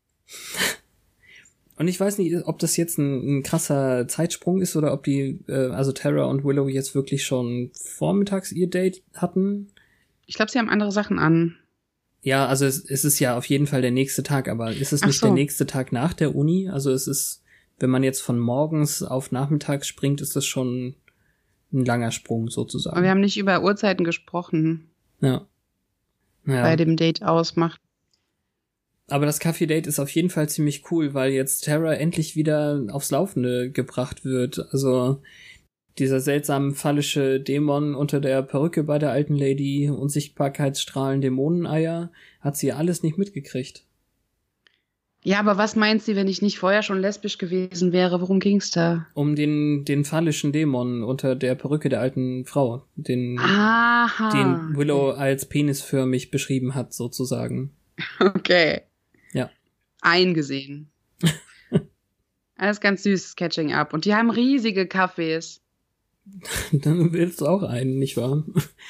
Und ich weiß nicht, ob das jetzt ein, ein krasser Zeitsprung ist oder ob die, äh, also Tara und Willow jetzt wirklich schon vormittags ihr Date hatten. Ich glaube, sie haben andere Sachen an. Ja, also es, es ist ja auf jeden Fall der nächste Tag, aber ist es Ach nicht so. der nächste Tag nach der Uni? Also es ist, wenn man jetzt von morgens auf nachmittags springt, ist das schon ein langer Sprung sozusagen. Aber wir haben nicht über Uhrzeiten gesprochen, Ja. Ja. bei dem Date ausmacht. Aber das Kaffee-Date ist auf jeden Fall ziemlich cool, weil jetzt Tara endlich wieder aufs Laufende gebracht wird. Also dieser seltsam phallische Dämon unter der Perücke bei der alten Lady, Unsichtbarkeitsstrahlen, Dämoneneier, hat sie alles nicht mitgekriegt. Ja, aber was meint sie, wenn ich nicht vorher schon lesbisch gewesen wäre? Worum ging's da? Um den den phallischen Dämon unter der Perücke der alten Frau, den, Aha. den Willow als penisförmig beschrieben hat, sozusagen. Okay. Ja. Eingesehen. Alles ganz süßes Catching up. Und die haben riesige Kaffees. Dann willst du auch einen, nicht wahr?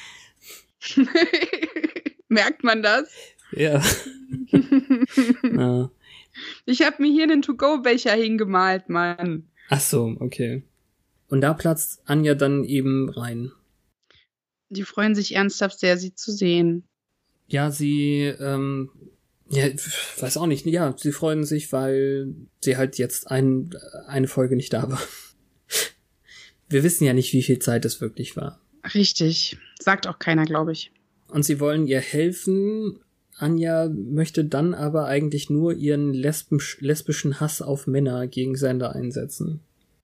Merkt man das? Ja. Ja. Ich habe mir hier einen To-Go-Becher hingemalt, Mann. Ach so, okay. Und da platzt Anja dann eben rein. Die freuen sich ernsthaft sehr, sie zu sehen. Ja, sie, ähm, ja, weiß auch nicht, ja, sie freuen sich, weil sie halt jetzt ein, eine Folge nicht da war. Wir wissen ja nicht, wie viel Zeit es wirklich war. Richtig. Sagt auch keiner, glaube ich. Und sie wollen ihr helfen. Anja möchte dann aber eigentlich nur ihren lesbisch, lesbischen Hass auf Männer gegen Xander einsetzen.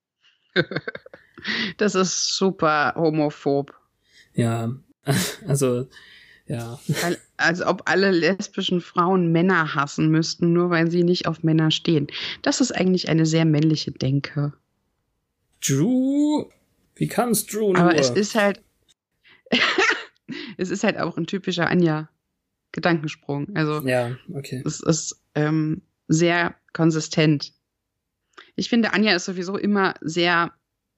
Das ist super homophob. Ja, also, ja. Weil, als ob alle lesbischen Frauen Männer hassen müssten, nur weil sie nicht auf Männer stehen. Das ist eigentlich eine sehr männliche Denke. Drew? Wie kann's Drew nur? Aber es ist halt, es ist halt auch ein typischer Anja-Gedankensprung. Also, ja, okay. es ist ähm, sehr konsistent. Ich finde, Anja ist sowieso immer sehr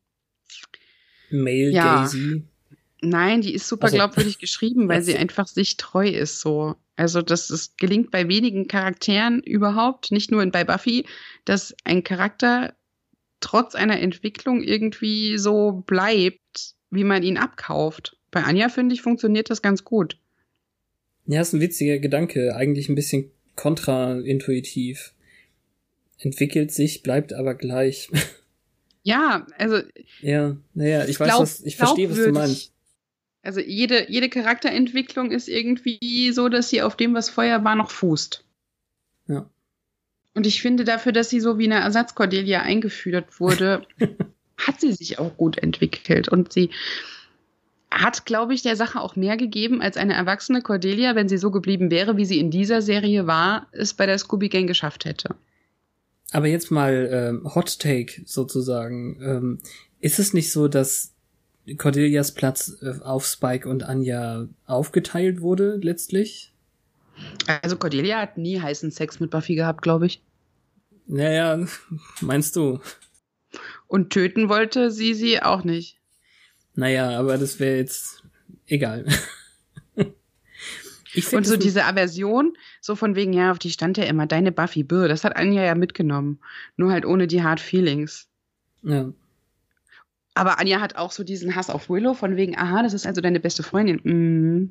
Male-gazy. Ja. Nein, die ist super Also, glaubwürdig geschrieben, weil was? sie einfach sich treu ist, so. Also, das ist, gelingt bei wenigen Charakteren überhaupt, nicht nur in, bei Buffy, dass ein Charakter trotz einer Entwicklung irgendwie so bleibt, wie man ihn abkauft. Bei Anja, finde ich, funktioniert das ganz gut. Ja, ist ein witziger Gedanke, eigentlich ein bisschen kontraintuitiv. Entwickelt sich, bleibt aber gleich. Ja, also Ja, naja, ich weiß, glaub- was, ich verstehe, was du glaubwürdig. meinst. Also jede, jede Charakterentwicklung ist irgendwie so, dass sie auf dem, was vorher war, noch fußt. Ja. Und ich finde dafür, dass sie so wie eine Ersatz-Cordelia eingeführt wurde, hat sie sich auch gut entwickelt. Und sie hat, glaube ich, der Sache auch mehr gegeben, als eine erwachsene Cordelia, wenn sie so geblieben wäre, wie sie in dieser Serie war, es bei der Scooby-Gang geschafft hätte. Aber jetzt mal ähm, Hot Take sozusagen. Ähm, ist es nicht so, dass Cordelias Platz äh, auf Spike und Anja aufgeteilt wurde letztlich? Also Cordelia hat nie heißen Sex mit Buffy gehabt, glaube ich. Naja, meinst du? Und töten wollte sie sie auch nicht. Naja, aber das wäre jetzt egal. Ich Und find so das- diese Aversion, so von wegen, ja, auf die stand ja immer deine Buffy, bäh, das hat Anja ja mitgenommen. Nur halt ohne die Hard Feelings. Ja. Aber Anja hat auch so diesen Hass auf Willow, von wegen, aha, das ist also deine beste Freundin. Mhm.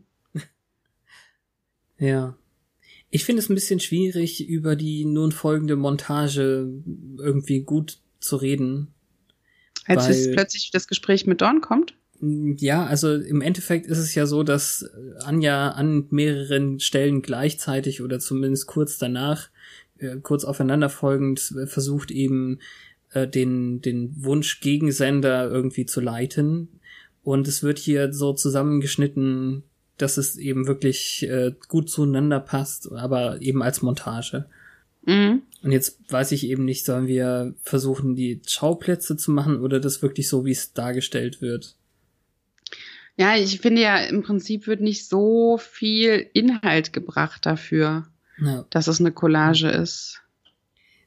Ja. Ich finde es ein bisschen schwierig, über die nun folgende Montage irgendwie gut zu reden. Als Weil- es plötzlich das Gespräch mit Dawn kommt. Ja, also im Endeffekt ist es ja so, dass Anja an mehreren Stellen gleichzeitig oder zumindest kurz danach, äh, kurz aufeinanderfolgend, äh, versucht eben äh, den den Wunsch gegen Xander irgendwie zu leiten. Und es wird hier so zusammengeschnitten, dass es eben wirklich äh, gut zueinander passt, aber eben als Montage. Mhm. Und jetzt weiß ich eben nicht, sollen wir versuchen, die Schauplätze zu machen oder das wirklich so, wie es dargestellt wird? Ja, ich finde ja, im Prinzip wird nicht so viel Inhalt gebracht dafür, Ja. dass es eine Collage ist.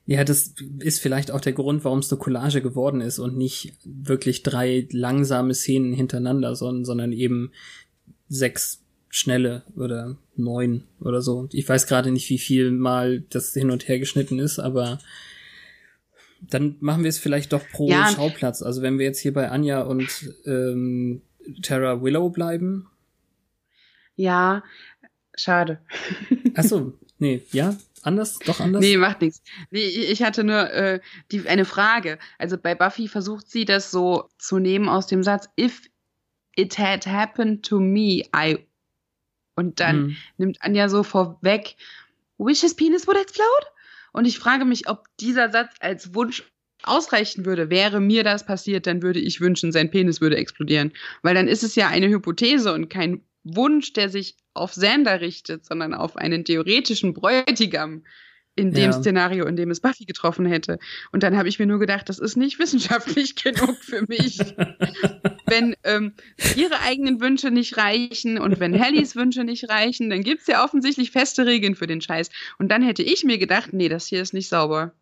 Ja, das ist vielleicht auch der Grund, warum es eine Collage geworden ist und nicht wirklich drei langsame Szenen hintereinander, sondern, sondern eben sechs schnelle oder neun oder so. Ich weiß gerade nicht, wie viel mal das hin und her geschnitten ist, aber dann machen wir es vielleicht doch pro ja. Schauplatz. Also wenn wir jetzt hier bei Anya und ähm, Tara Willow bleiben. Ja, schade. Ach so, nee, ja, anders, doch anders? Nee, macht nichts. Nee, ich hatte nur äh, die, eine Frage. Also bei Buffy versucht sie das so zu nehmen aus dem Satz, if it had happened to me, I... Und dann hm. nimmt Anya so vorweg, wish his penis would explode? Und ich frage mich, ob dieser Satz als Wunsch ausreichen würde. Wäre mir das passiert, dann würde ich wünschen, sein Penis würde explodieren. Weil dann ist es ja eine Hypothese und kein Wunsch, der sich auf Xander richtet, sondern auf einen theoretischen Bräutigam in dem ja. Szenario, in dem es Buffy getroffen hätte. Und dann habe ich mir nur gedacht, das ist nicht wissenschaftlich genug für mich. Wenn ähm, ihre eigenen Wünsche nicht reichen und wenn Hallys Wünsche nicht reichen, dann gibt's ja offensichtlich feste Regeln für den Scheiß. Und dann hätte ich mir gedacht, nee, das hier ist nicht sauber.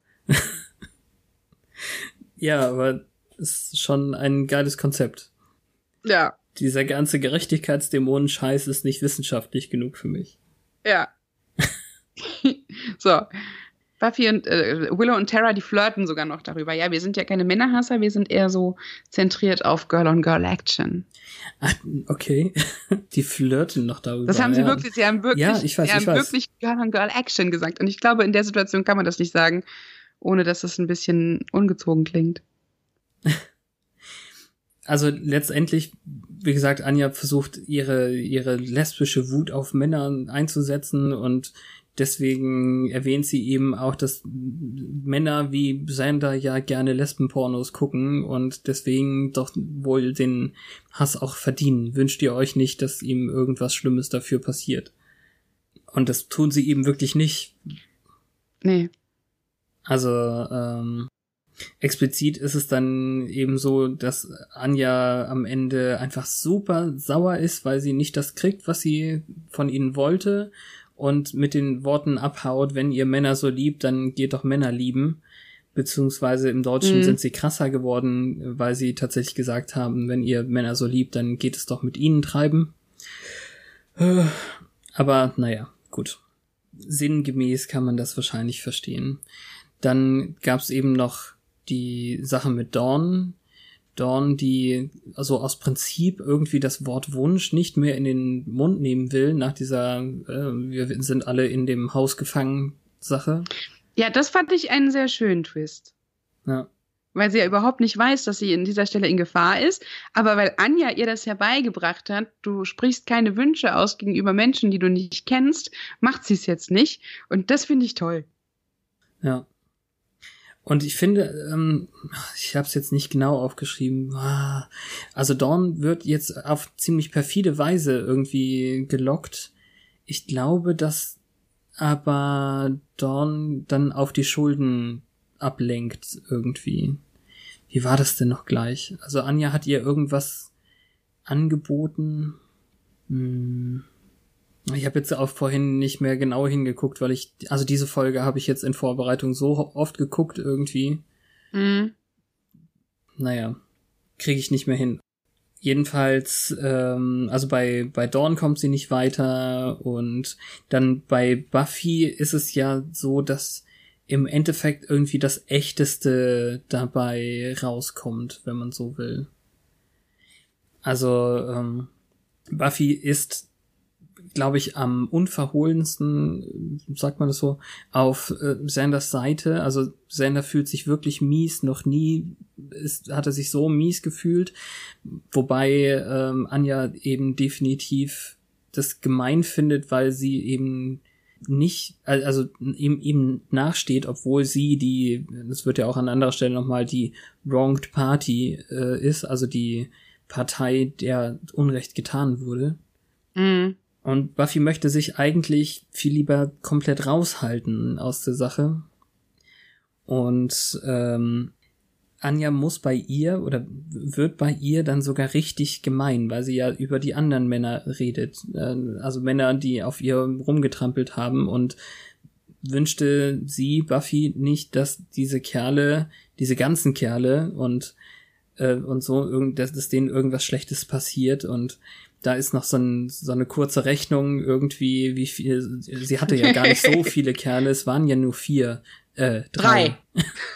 Ja, aber es ist schon ein geiles Konzept. Ja. Dieser ganze Gerechtigkeitsdämonen-Scheiß ist nicht wissenschaftlich genug für mich. Ja. So. Buffy und äh, Willow und Tara, die flirten sogar noch darüber. Ja, wir sind ja keine Männerhasser, wir sind eher so zentriert auf Girl-on-Girl-Action. Ach, okay. Die flirten noch darüber. Das haben sie ja. wirklich, sie haben wirklich, ja, ich weiß, sie haben ich weiß. wirklich Girl-on-Girl-Action gesagt. Und ich glaube, in der Situation kann man das nicht sagen, ohne dass es ein bisschen ungezogen klingt. Also letztendlich, wie gesagt, Anya versucht ihre ihre lesbische Wut auf Männer einzusetzen und deswegen erwähnt sie eben auch, dass Männer wie Xander ja gerne Lesbenpornos gucken und deswegen doch wohl den Hass auch verdienen. Wünscht ihr euch nicht, dass ihm irgendwas Schlimmes dafür passiert? Und das tun sie eben wirklich nicht. Nee. Also, ähm, explizit ist es dann eben so, dass Anya am Ende einfach super sauer ist, weil sie nicht das kriegt, was sie von ihnen wollte und mit den Worten abhaut, wenn ihr Männer so liebt, dann geht doch Männer lieben. Beziehungsweise im Deutschen mhm. sind sie krasser geworden, weil sie tatsächlich gesagt haben, wenn ihr Männer so liebt, dann geht es doch mit ihnen treiben. Aber naja, gut. Sinngemäß kann man das wahrscheinlich verstehen. Dann gab's eben noch die Sache mit Dawn. Dawn, die also aus Prinzip irgendwie das Wort Wunsch nicht mehr in den Mund nehmen will, nach dieser äh, wir sind alle in dem Haus gefangen Sache. Ja, das fand ich einen sehr schönen Twist. Ja. Weil sie ja überhaupt nicht weiß, dass sie in dieser Stelle in Gefahr ist, aber weil Anya ihr das herbeigebracht hat, du sprichst keine Wünsche aus gegenüber Menschen, die du nicht kennst, macht sie es jetzt nicht. Und das finde ich toll. Ja. Und ich finde, ähm, ich habe es jetzt nicht genau aufgeschrieben, also Dawn wird jetzt auf ziemlich perfide Weise irgendwie gelockt. Ich glaube, dass aber Dawn dann auf die Schulden ablenkt irgendwie. Wie war das denn noch gleich? Also Anya hat ihr irgendwas angeboten. Hm. Ich habe jetzt auch vorhin nicht mehr genau hingeguckt, weil ich, also diese Folge habe ich jetzt in Vorbereitung so oft geguckt irgendwie. Mhm. Naja, kriege ich nicht mehr hin. Jedenfalls, ähm, also bei bei Dawn kommt sie nicht weiter und dann bei Buffy ist es ja so, dass im Endeffekt irgendwie das Echteste dabei rauskommt, wenn man so will. Also ähm, Buffy ist, glaube ich, am unverhohlensten, sagt man das so, auf äh, Xanders Seite. Also Xander fühlt sich wirklich mies, noch nie ist, hat er sich so mies gefühlt, wobei ähm, Anya eben definitiv das gemein findet, weil sie eben nicht, also ihm, ihm nachsteht, obwohl sie die, das wird ja auch an anderer Stelle nochmal, die Wronged Party äh, ist, also die Partei, der Unrecht getan wurde. Mhm. Und Buffy möchte sich eigentlich viel lieber komplett raushalten aus der Sache. Und ähm, Anya muss bei ihr oder wird bei ihr dann sogar richtig gemein, weil sie ja über die anderen Männer redet. Äh, also Männer, die auf ihr rumgetrampelt haben und wünschte sie, Buffy, nicht, dass diese Kerle, diese ganzen Kerle und äh, und so, irgend, dass, dass denen irgendwas Schlechtes passiert. Und da ist noch so, ein, so eine kurze Rechnung irgendwie, wie viel, sie hatte ja gar nicht so viele Kerle, es waren ja nur vier, äh, drei. Drei.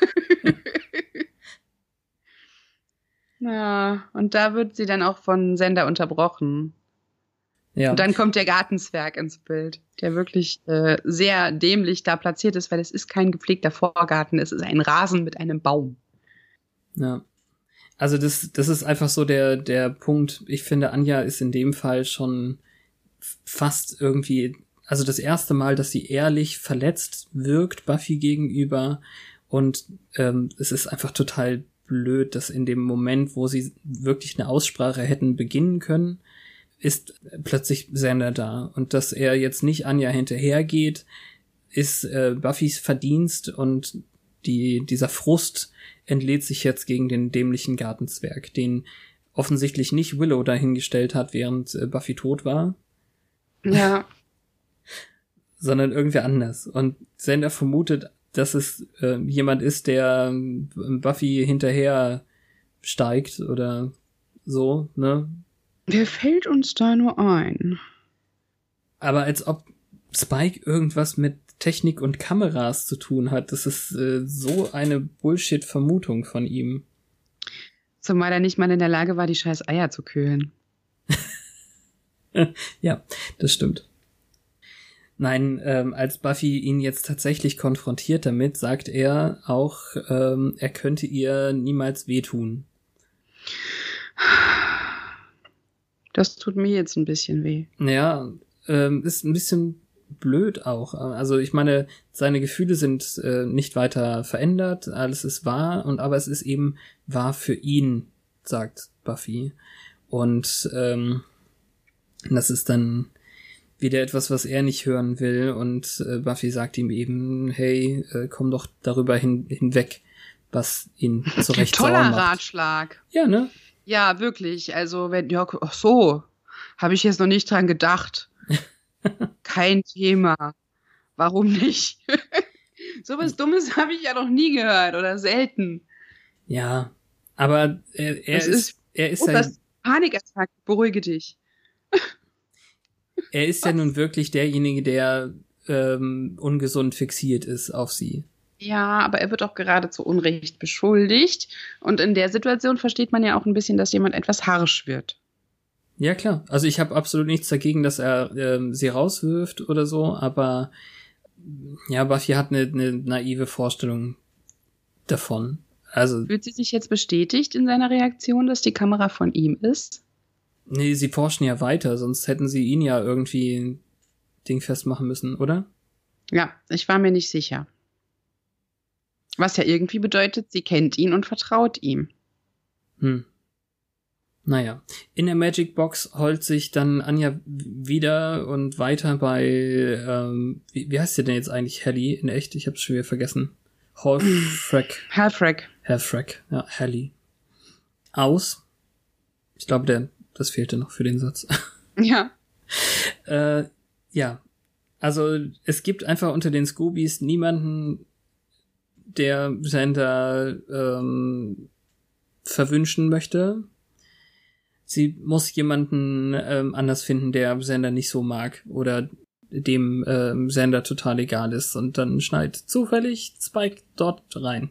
Ja, und da wird sie dann auch von Xander unterbrochen. Ja. Und dann kommt der Gartenzwerg ins Bild, der wirklich äh, sehr dämlich da platziert ist, weil es ist kein gepflegter Vorgarten, es ist ein Rasen mit einem Baum. Ja. Also das, das ist einfach so der, der Punkt. Ich finde, Anja ist in dem Fall schon fast irgendwie, also das erste Mal, dass sie ehrlich verletzt wirkt Buffy gegenüber, und ähm, es ist einfach total blöd, dass in dem Moment, wo sie wirklich eine Aussprache hätten beginnen können, ist plötzlich Xander da. Und dass er jetzt nicht Anja hinterhergeht, ist äh, Buffys Verdienst, und die dieser Frust entlädt sich jetzt gegen den dämlichen Gartenzwerg, den offensichtlich nicht Willow dahingestellt hat, während äh, Buffy tot war. Ja. Sondern irgendwer anders. Und Xander vermutet, dass es äh, jemand ist, der ähm, Buffy hinterher steigt oder so, ne? Wer fällt uns da nur ein? Aber als ob Spike irgendwas mit Technik und Kameras zu tun hat, das ist äh, so eine Bullshit-Vermutung von ihm. Zumal er nicht mal in der Lage war, die scheiß Eier zu kühlen. Ja, das stimmt. Nein, ähm, als Buffy ihn jetzt tatsächlich konfrontiert damit, sagt er auch, ähm, er könnte ihr niemals wehtun. Das tut mir jetzt ein bisschen weh. Ja, ähm, ist ein bisschen blöd auch. Also ich meine, seine Gefühle sind äh, nicht weiter verändert, alles ist wahr, und aber es ist eben wahr für ihn, sagt Buffy. Und ähm, das ist dann wieder etwas, was er nicht hören will, und äh, Buffy sagt ihm eben, hey, äh, komm doch darüber hin, hinweg, was ihn zurecht sauer macht. Toller Ratschlag. Ja, ne? Ja, wirklich. Also, wenn, ja, ach so, habe ich jetzt noch nicht dran gedacht. Kein Thema. Warum nicht? So was Dummes habe ich ja noch nie gehört oder selten. Ja, aber er, er das ist, ist, er ist oh, ein, das Panikattacke, beruhige dich. er ist ja nun wirklich derjenige, der ähm, ungesund fixiert ist auf sie. Ja, aber er wird auch gerade zu Unrecht beschuldigt. Und in der Situation versteht man ja auch ein bisschen, dass jemand etwas harsch wird. Ja, klar. Also ich habe absolut nichts dagegen, dass er ähm, sie rauswirft oder so, aber ja, Buffy hat eine, eine naive Vorstellung davon. Also Fühlt sie sich jetzt bestätigt in seiner Reaktion, dass die Kamera von ihm ist? nee, sie forschen ja weiter, sonst hätten sie ihn ja irgendwie dingfest machen müssen, oder? Ja, ich war mir nicht sicher. Was ja irgendwie bedeutet, sie kennt ihn und vertraut ihm. Hm. Naja, in der Magic Box holt sich dann Anja wieder und weiter bei, ähm, wie, wie heißt sie denn jetzt eigentlich, Hallie in echt? Ich hab's schon wieder vergessen. Halfrek. Halfrek. Halfrek, ja, Hallie. Aus. Ich glaube, der, das fehlte noch für den Satz. Ja. äh, ja, also es gibt einfach unter den Scoobies niemanden, der Xander ähm, verwünschen möchte. Sie muss jemanden ähm, anders finden, der Xander nicht so mag oder dem ähm, Xander total egal ist, und dann schneit zufällig Spike dort rein.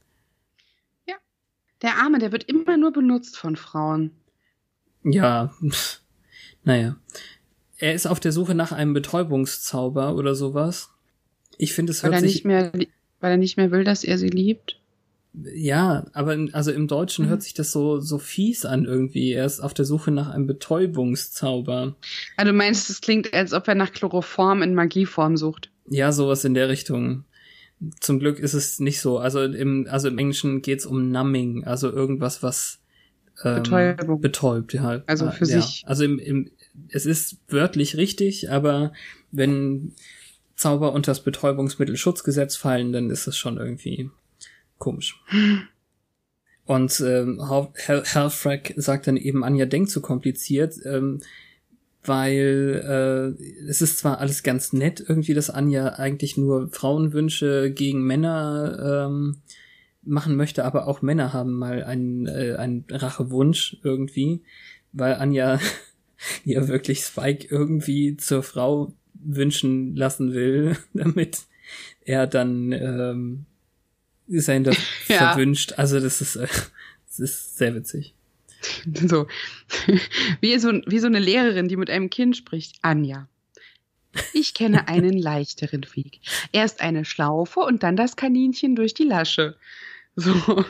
Ja. Der Arme, der wird immer nur benutzt von Frauen. Ja, naja. Er ist auf der Suche nach einem Betäubungszauber oder sowas. Ich finde, es hört weil er sich... nicht mehr, weil er nicht mehr will, dass er sie liebt. Ja, aber in, also im Deutschen mhm. hört sich das so so fies an irgendwie. Er ist auf der Suche nach einem Betäubungszauber. Ah, du meinst, es klingt, als ob er nach Chloroform in Magieform sucht. Ja, sowas in der Richtung. Zum Glück ist es nicht so. Also im also im Englischen geht's um Numbing, also irgendwas, was ähm, Betäubung. betäubt. Ja. Also für ja. sich. Also im, im es ist wörtlich richtig, aber wenn Zauber unter das Betäubungsmittelschutzgesetz fallen, dann ist es schon irgendwie komisch. Und ähm, Halfrek sagt dann eben, Anja denkt zu kompliziert. Ähm, weil äh, es ist zwar alles ganz nett, irgendwie, dass Anja eigentlich nur Frauenwünsche gegen Männer ähm, machen möchte, aber auch Männer haben mal einen, äh, einen Rachewunsch irgendwie, weil Anja ja wirklich Spike irgendwie zur Frau wünschen lassen will, damit er dann ähm, sein das ja. verwünscht. Also das ist, äh, das ist sehr witzig. So wie, so wie so eine Lehrerin, die mit einem Kind spricht. Anja, ich kenne einen leichteren Weg. Erst eine Schlaufe und dann das Kaninchen durch die Lasche. So.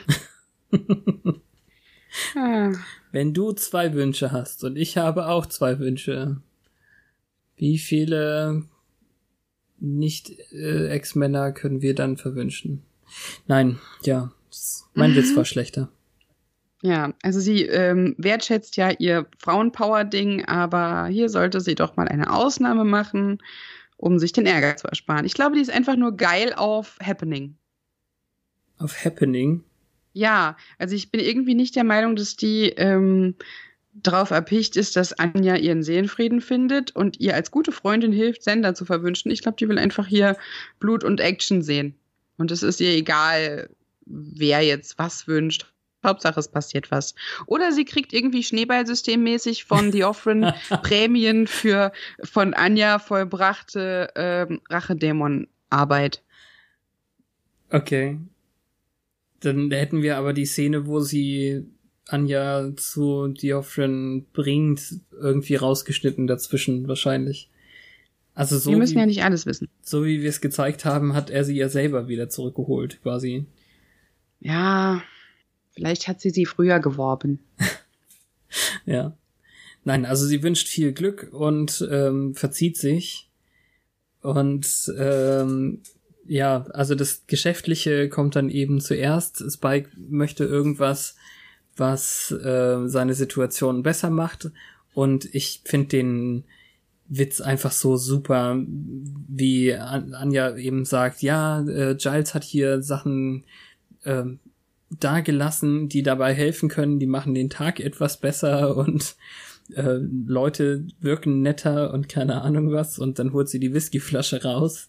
ah. Wenn du zwei Wünsche hast und ich habe auch zwei Wünsche, wie viele Nicht-Ex-Männer können wir dann verwünschen? Nein, ja, mein Witz war schlechter. Ja, also sie ähm, wertschätzt ja ihr Frauenpower-Ding, aber hier sollte sie doch mal eine Ausnahme machen, um sich den Ärger zu ersparen. Ich glaube, die ist einfach nur geil auf Happening. Auf Happening? Ja, also ich bin irgendwie nicht der Meinung, dass die ähm, drauf erpicht ist, dass Anja ihren Seelenfrieden findet und ihr als gute Freundin hilft, Sender zu verwünschen. Ich glaube, die will einfach hier Blut und Action sehen. Und es ist ihr egal, wer jetzt was wünscht. Hauptsache, es passiert was. Oder sie kriegt irgendwie schneeballsystemmäßig von The Offrin Prämien für von Anja vollbrachte ähm, Rachedämon-Arbeit. Okay. Dann hätten wir aber die Szene, wo sie Anja zu The Offrin bringt, irgendwie rausgeschnitten dazwischen wahrscheinlich. Also so wir müssen wie, ja nicht alles wissen. So wie wir es gezeigt haben, hat er sie ja selber wieder zurückgeholt, quasi. Ja... Vielleicht hat sie sie früher geworben. Ja. Nein, also sie wünscht viel Glück und ähm, verzieht sich. Und ähm, ja, also das Geschäftliche kommt dann eben zuerst. Spike möchte irgendwas, was äh, seine Situation besser macht. Und ich finde den Witz einfach so super, wie An- Anja eben sagt, ja, äh, Giles hat hier Sachen äh, dagelassen, die dabei helfen können, die machen den Tag etwas besser und äh, Leute wirken netter und keine Ahnung was und dann holt sie die Whiskyflasche raus.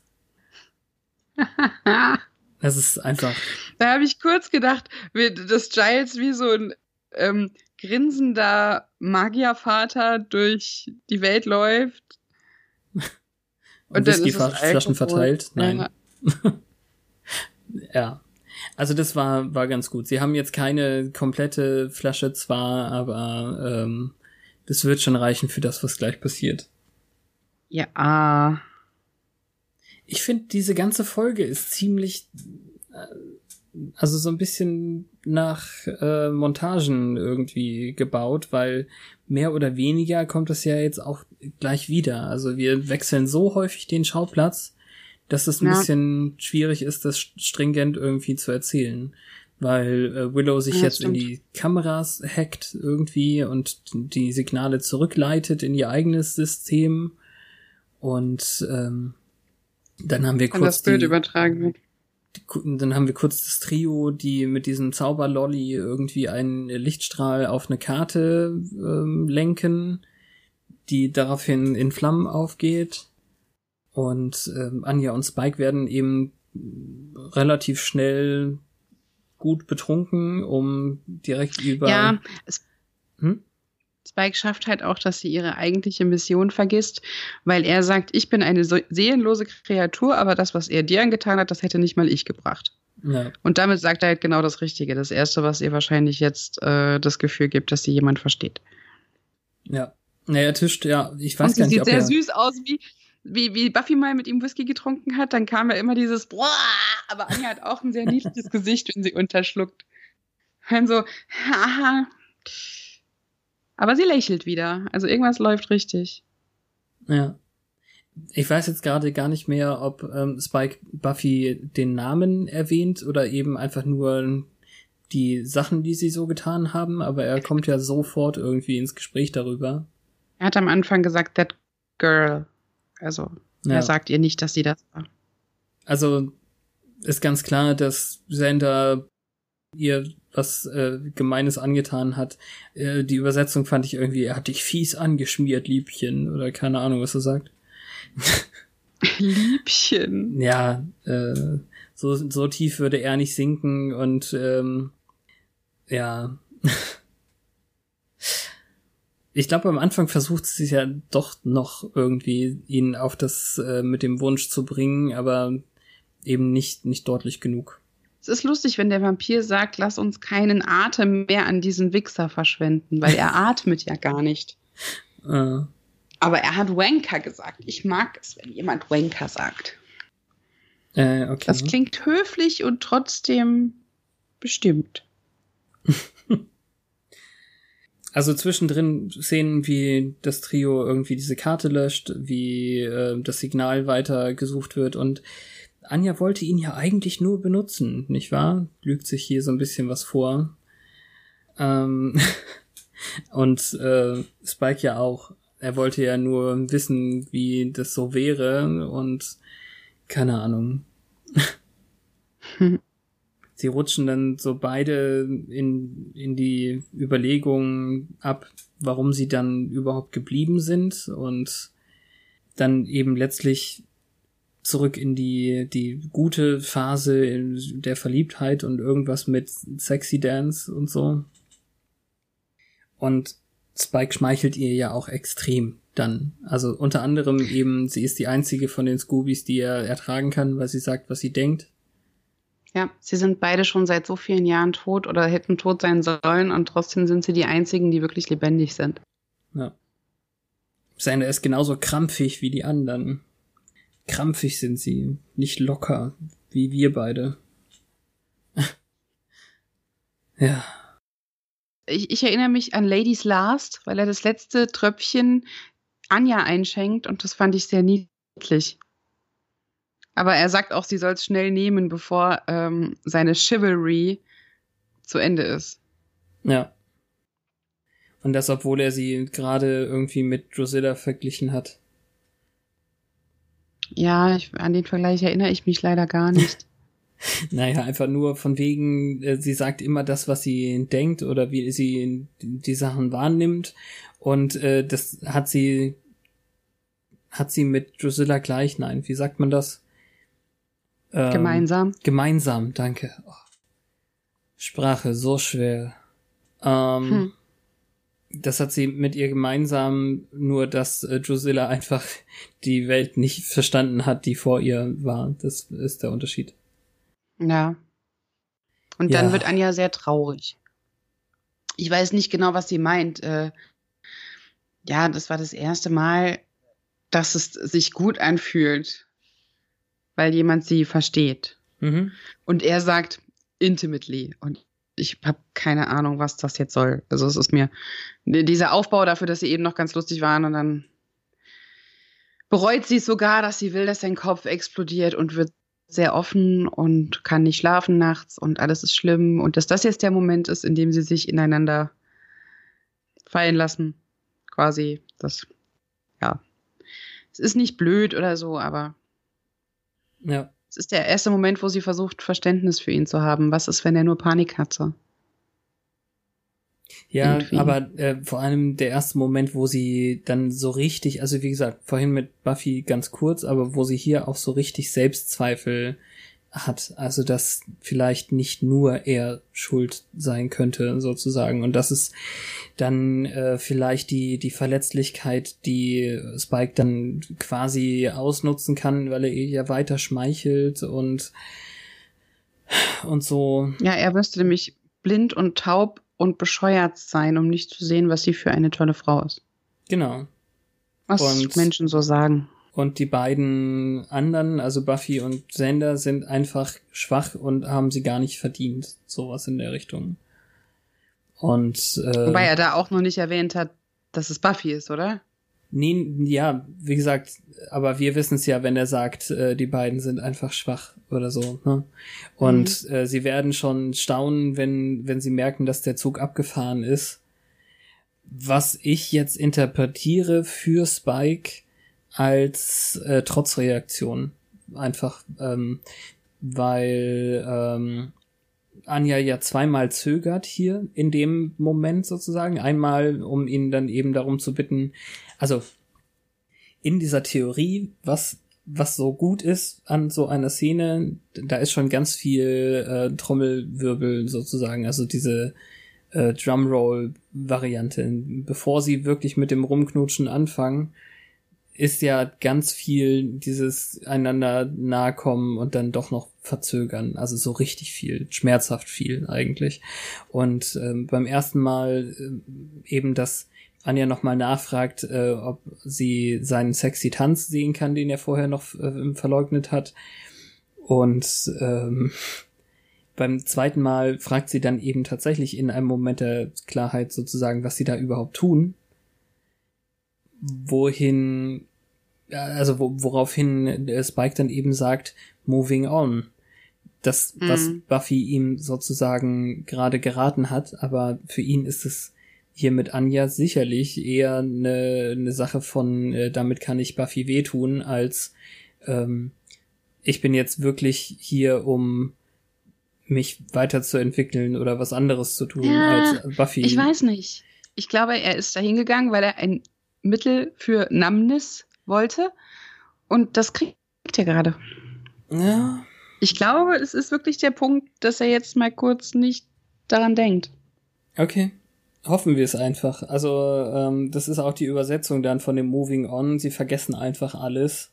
Das ist einfach... Da habe ich kurz gedacht, dass Giles wie so ein ähm, grinsender Magiervater durch die Welt läuft. Und, und Whiskyflaschen verteilt. Nein. Ja. Ja. Also das war war ganz gut. Sie haben jetzt keine komplette Flasche zwar, aber ähm, das wird schon reichen für das, was gleich passiert. Ja. Ich finde, diese ganze Folge ist ziemlich, äh, also so ein bisschen nach äh, Montagen irgendwie gebaut, weil mehr oder weniger kommt das ja jetzt auch gleich wieder. Also wir wechseln so häufig den Schauplatz, dass es ein ja. bisschen schwierig ist, das stringent irgendwie zu erzählen. Weil äh, Willow sich ja, jetzt stimmt. in die Kameras hackt irgendwie und die Signale zurückleitet in ihr eigenes System. Und ähm, dann haben wir Kann kurz das Bild die, übertragen wird. Die, dann haben wir kurz das Trio, die mit diesem Zauberlolly irgendwie einen Lichtstrahl auf eine Karte ähm, lenken, die daraufhin in Flammen aufgeht. Und ähm, Anja und Spike werden eben relativ schnell gut betrunken, um direkt über... Ja, es, hm? Spike schafft halt auch, dass sie ihre eigentliche Mission vergisst, weil er sagt, ich bin eine so seelenlose Kreatur, aber das, was er dir angetan hat, das hätte nicht mal ich gebracht. Ja. Und damit sagt er halt genau das Richtige. Das Erste, was ihr wahrscheinlich jetzt äh, das Gefühl gibt, dass sie jemand versteht. Ja, naja, tischt, ja, ich weiß und gar nicht, ob er... sieht sehr süß aus, wie... Wie, wie Buffy mal mit ihm Whisky getrunken hat, dann kam ja immer dieses Boah, aber Anja hat auch ein sehr niedliches Gesicht, wenn sie unterschluckt. Und so, haha. Aber sie lächelt wieder. Also irgendwas läuft richtig. Ja. Ich weiß jetzt gerade gar nicht mehr, ob ähm, Spike Buffy den Namen erwähnt oder eben einfach nur die Sachen, die sie so getan haben, aber er kommt ja sofort irgendwie ins Gespräch darüber. Er hat am Anfang gesagt, that girl. Also, ja. Er sagt ihr nicht, dass sie das war. Also, ist ganz klar, dass Xander ihr was äh, Gemeines angetan hat. Äh, die Übersetzung fand ich irgendwie, er hat dich fies angeschmiert, Liebchen, oder keine Ahnung, was er sagt. Liebchen. Ja, äh, so, so tief würde er nicht sinken und ähm, ja. Ich glaube, am Anfang versucht sie ja doch noch irgendwie, ihn auf das äh, mit dem Wunsch zu bringen, aber eben nicht, nicht deutlich genug. Es ist lustig, wenn der Vampir sagt, lass uns keinen Atem mehr an diesen Wichser verschwenden, weil er atmet ja gar nicht. Äh. Aber er hat Wanker gesagt. Ich mag es, wenn jemand Wanker sagt. Äh, okay. Das klingt höflich und trotzdem bestimmt. Also zwischendrin Szenen, wie das Trio irgendwie diese Karte löscht, wie äh, das Signal weiter gesucht wird und Anja wollte ihn ja eigentlich nur benutzen, nicht wahr? Lügt sich hier so ein bisschen was vor. Ähm und äh, Spike ja auch. Er wollte ja nur wissen, wie das so wäre und keine Ahnung. Sie rutschen dann so beide in in die Überlegung ab, warum sie dann überhaupt geblieben sind und dann eben letztlich zurück in die die gute Phase der Verliebtheit und irgendwas mit Sexy Dance und so. Und Spike schmeichelt ihr ja auch extrem dann. Also unter anderem eben, sie ist die einzige von den Scoobies, die er ertragen kann, weil sie sagt, was sie denkt. Ja, sie sind beide schon seit so vielen Jahren tot oder hätten tot sein sollen und trotzdem sind sie die einzigen, die wirklich lebendig sind. Ja. Seine ist genauso krampfig wie die anderen. Krampfig sind sie, nicht locker, wie wir beide. Ja. Ich, ich erinnere mich an Ladies Last, weil er das letzte Tröpfchen Anja einschenkt und das fand ich sehr niedlich. Aber er sagt auch, sie soll es schnell nehmen, bevor ähm, seine Chivalry zu Ende ist. Ja. Und das, obwohl er sie gerade irgendwie mit Drusilla verglichen hat. Ja, ich, an den Vergleich erinnere ich mich leider gar nicht. Naja, einfach nur von wegen, äh, sie sagt immer das, was sie denkt oder wie sie die Sachen wahrnimmt. Und äh, das hat sie hat sie mit Drusilla gleich, nein, wie sagt man das? Ähm, gemeinsam. Gemeinsam, danke. Oh. Sprache, so schwer. Ähm, hm. Das hat sie mit ihr gemeinsam, nur dass äh, Drusilla einfach die Welt nicht verstanden hat, die vor ihr war. Das ist der Unterschied. Ja. Und ja. Dann wird Anja sehr traurig. Ich weiß nicht genau, was sie meint. Äh, ja, das war das erste Mal, dass es sich gut anfühlt, weil jemand sie versteht. Mhm. Und er sagt intimately. Und ich habe keine Ahnung, was das jetzt soll. Also es ist mir dieser Aufbau dafür, dass sie eben noch ganz lustig waren und dann bereut sie sogar, dass sie will, dass sein Kopf explodiert und wird sehr offen und kann nicht schlafen nachts und alles ist schlimm und dass das jetzt der Moment ist, in dem sie sich ineinander fallen lassen. Quasi das, ja. Es ist nicht blöd oder so, aber ja. Es ist der erste Moment, wo sie versucht, Verständnis für ihn zu haben. Was ist, wenn er nur Panik hatte? Ja, Irgendwie. aber äh, vor allem der erste Moment, wo sie dann so richtig, also wie gesagt, vorhin mit Buffy ganz kurz, aber wo sie hier auch so richtig Selbstzweifel hat. Also, dass vielleicht nicht nur er schuld sein könnte, sozusagen. Und das ist dann äh, vielleicht die die Verletzlichkeit, die Spike dann quasi ausnutzen kann, weil er ihr ja weiter schmeichelt und und so. Ja, er müsste nämlich blind und taub und bescheuert sein, um nicht zu sehen, was sie für eine tolle Frau ist. Genau. Was und, Menschen so sagen. Und die beiden anderen, also Buffy und Xander, sind einfach schwach und haben sie gar nicht verdient. Sowas in der Richtung. Und äh, wobei er da auch noch nicht erwähnt hat, dass es Buffy ist, oder? Nee, ja, wie gesagt, aber wir wissen es ja, wenn er sagt, äh, die beiden sind einfach schwach oder so, ne? Und mhm. äh, sie werden schon staunen, wenn wenn sie merken, dass der Zug abgefahren ist. Was ich jetzt interpretiere für Spike als äh, Trotzreaktion. Einfach, ähm, weil ähm, Anja ja zweimal zögert hier in dem Moment sozusagen. Einmal, um ihn dann eben darum zu bitten, also in dieser Theorie, was was so gut ist an so einer Szene, da ist schon ganz viel äh, Trommelwirbel sozusagen, also diese äh, Drumroll-Variante. Bevor sie wirklich mit dem Rumknutschen anfangen, ist ja ganz viel dieses einander nahe kommen und dann doch noch verzögern. Also so richtig viel, schmerzhaft viel eigentlich. Und ähm, beim ersten Mal äh, eben, dass Anja nochmal nachfragt, äh, ob sie seinen sexy Tanz sehen kann, den er vorher noch äh, verleugnet hat. Und ähm, beim zweiten Mal fragt sie dann eben tatsächlich in einem Moment der Klarheit sozusagen, was sie da überhaupt tun. Wohin, also wo, woraufhin Spike dann eben sagt, moving on. Das, mhm. was Buffy ihm sozusagen gerade geraten hat, aber für ihn ist es hier mit Anja sicherlich eher eine, eine Sache von, äh, damit kann ich Buffy wehtun, als ähm, ich bin jetzt wirklich hier, um mich weiterzuentwickeln oder was anderes zu tun, ja, als Buffy. Ich weiß nicht. Ich glaube, er ist da hingegangen, weil er ein Mittel für Numbness wollte. Und das kriegt er gerade. Ja. Ich glaube, es ist wirklich der Punkt, dass er jetzt mal kurz nicht daran denkt. Okay. Hoffen wir es einfach. Also, ähm, das ist auch die Übersetzung dann von dem Moving On. Sie vergessen einfach alles.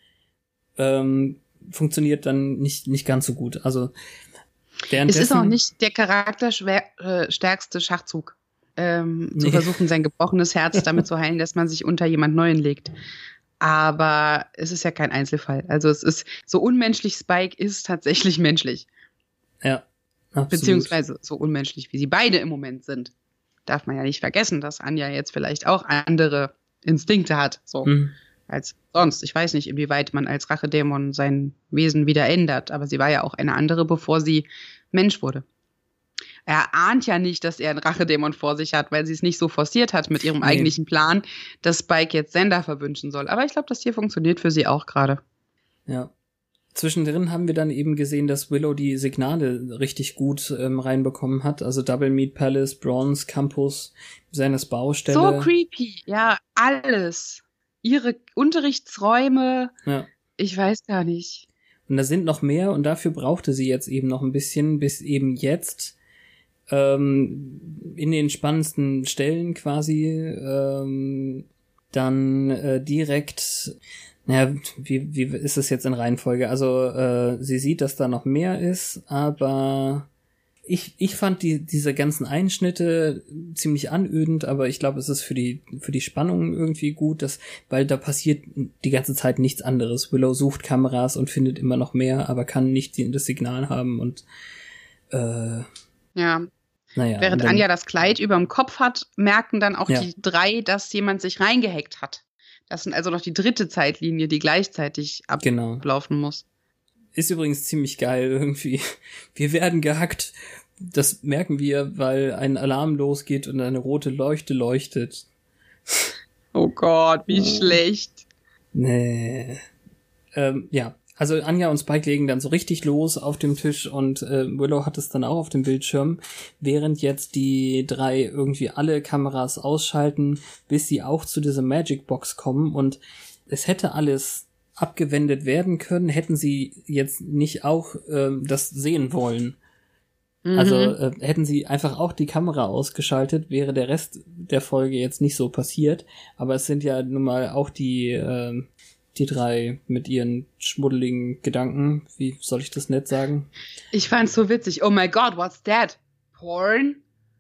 Ähm, funktioniert dann nicht, nicht ganz so gut. Also, es ist auch nicht der charakterstärkste Schachzug. Ähm, nee. Zu versuchen, sein gebrochenes Herz damit zu heilen, dass man sich unter jemand Neuen legt. Aber es ist ja kein Einzelfall. Also es ist, so unmenschlich Spike ist tatsächlich menschlich. Ja, absolut. Beziehungsweise so unmenschlich, wie sie beide im Moment sind. Darf man ja nicht vergessen, dass Anja jetzt vielleicht auch andere Instinkte hat, so mhm. als sonst. Ich weiß nicht, inwieweit man als Rachedämon sein Wesen wieder ändert, aber sie war ja auch eine andere, bevor sie Mensch wurde. Er ahnt ja nicht, dass er einen Rachedämon vor sich hat, weil sie es nicht so forciert hat mit ihrem nee. eigentlichen Plan, dass Spike jetzt Xander verwünschen soll. Aber ich glaube, das hier funktioniert für sie auch gerade. Ja. Zwischendrin haben wir dann eben gesehen, dass Willow die Signale richtig gut ähm, reinbekommen hat. Also Double Meat Palace, Bronze, Campus, Xanders Baustelle. So creepy. Ja, alles. Ihre Unterrichtsräume. Ja. Ich weiß gar nicht. Und da sind noch mehr und dafür brauchte sie jetzt eben noch ein bisschen, bis eben jetzt ähm, in den spannendsten Stellen quasi ähm, dann äh, direkt, naja, wie, wie ist es jetzt in Reihenfolge? Also äh, sie sieht, dass da noch mehr ist, aber ich ich fand die diese ganzen Einschnitte ziemlich anödend, aber ich glaube, es ist für die für die Spannung irgendwie gut, dass, weil da passiert die ganze Zeit nichts anderes. Willow sucht Kameras und findet immer noch mehr, aber kann nicht die, das Signal haben und äh, ja. Naja, Während dann, Anja das Kleid überm Kopf hat, merken dann auch ja. die drei, dass jemand sich reingehackt hat. Das sind also noch die dritte Zeitlinie, die gleichzeitig ablaufen genau. muss. Ist übrigens ziemlich geil irgendwie. Wir werden gehackt. Das merken wir, weil ein Alarm losgeht und eine rote Leuchte leuchtet. Oh Gott, wie oh. schlecht. Nee. Ähm, ja. Also Anja und Spike legen dann so richtig los auf dem Tisch und äh, Willow hat es dann auch auf dem Bildschirm, während jetzt die drei irgendwie alle Kameras ausschalten, bis sie auch zu dieser Magic Box kommen, und es hätte alles abgewendet werden können, hätten sie jetzt nicht auch äh, das sehen wollen. Mhm. Also äh, hätten sie einfach auch die Kamera ausgeschaltet, wäre der Rest der Folge jetzt nicht so passiert, aber es sind ja nun mal auch die äh, die drei mit ihren schmuddeligen Gedanken. Wie soll ich das nett sagen? Ich fand's so witzig. Oh my God, what's that? Porn?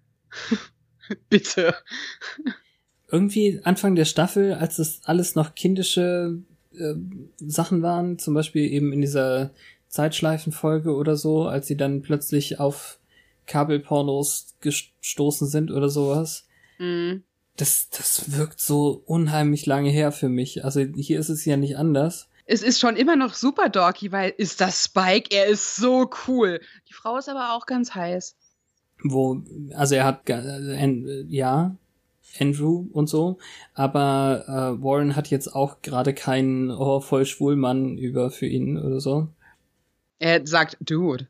Bitte. Irgendwie Anfang der Staffel, als das alles noch kindische äh, Sachen waren, zum Beispiel eben in dieser Zeitschleifenfolge oder so, als sie dann plötzlich auf Kabelpornos gestoßen sind oder sowas. Mhm. Das, das wirkt so unheimlich lange her für mich. Also hier ist es ja nicht anders. Es ist schon immer noch super dorky, weil ist das Spike, er ist so cool. Die Frau ist aber auch ganz heiß. Wo, also er hat, äh, ja, Andrew und so, aber äh, Warren hat jetzt auch gerade keinen oh, voll schwul Mann über für ihn oder so. Er sagt Dude.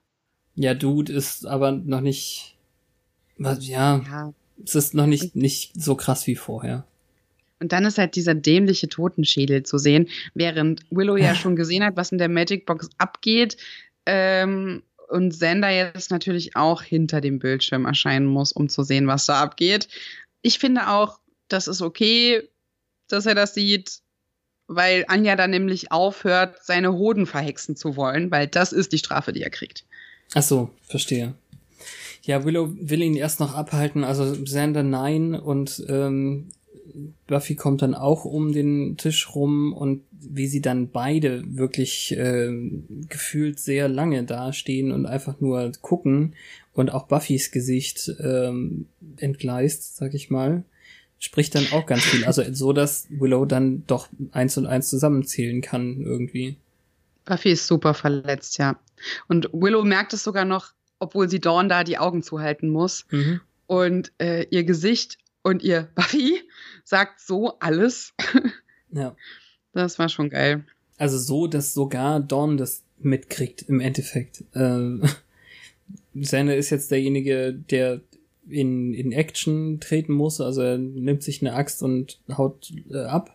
Ja, Dude ist aber noch nicht, was, ja, ja, es ist noch nicht, nicht so krass wie vorher. Und dann ist halt dieser dämliche Totenschädel zu sehen, während Willow ja schon gesehen hat, was in der Magic Box abgeht, ähm, und Xander jetzt natürlich auch hinter dem Bildschirm erscheinen muss, um zu sehen, was da abgeht. Ich finde auch, das ist okay, dass er das sieht, weil Anja dann nämlich aufhört, seine Hoden verhexen zu wollen, weil das ist die Strafe, die er kriegt. Ach so, verstehe. Ja, Willow will ihn erst noch abhalten, also Xander nein, und ähm, Buffy kommt dann auch um den Tisch rum, und wie sie dann beide wirklich äh, gefühlt sehr lange dastehen und einfach nur gucken und auch Buffys Gesicht ähm, entgleist, sag ich mal, spricht dann auch ganz viel. Also so, dass Willow dann doch eins und eins zusammenzählen kann irgendwie. Buffy ist super verletzt, ja. Und Willow merkt es sogar noch, obwohl sie Dawn da die Augen zuhalten muss. Mhm. Und äh, ihr Gesicht und ihr Buffy sagt so alles. Ja. Das war schon geil. Also so, dass sogar Dawn das mitkriegt im Endeffekt. Ähm, Xander ist jetzt derjenige, der in, in Action treten muss. Also er nimmt sich eine Axt und haut äh, ab,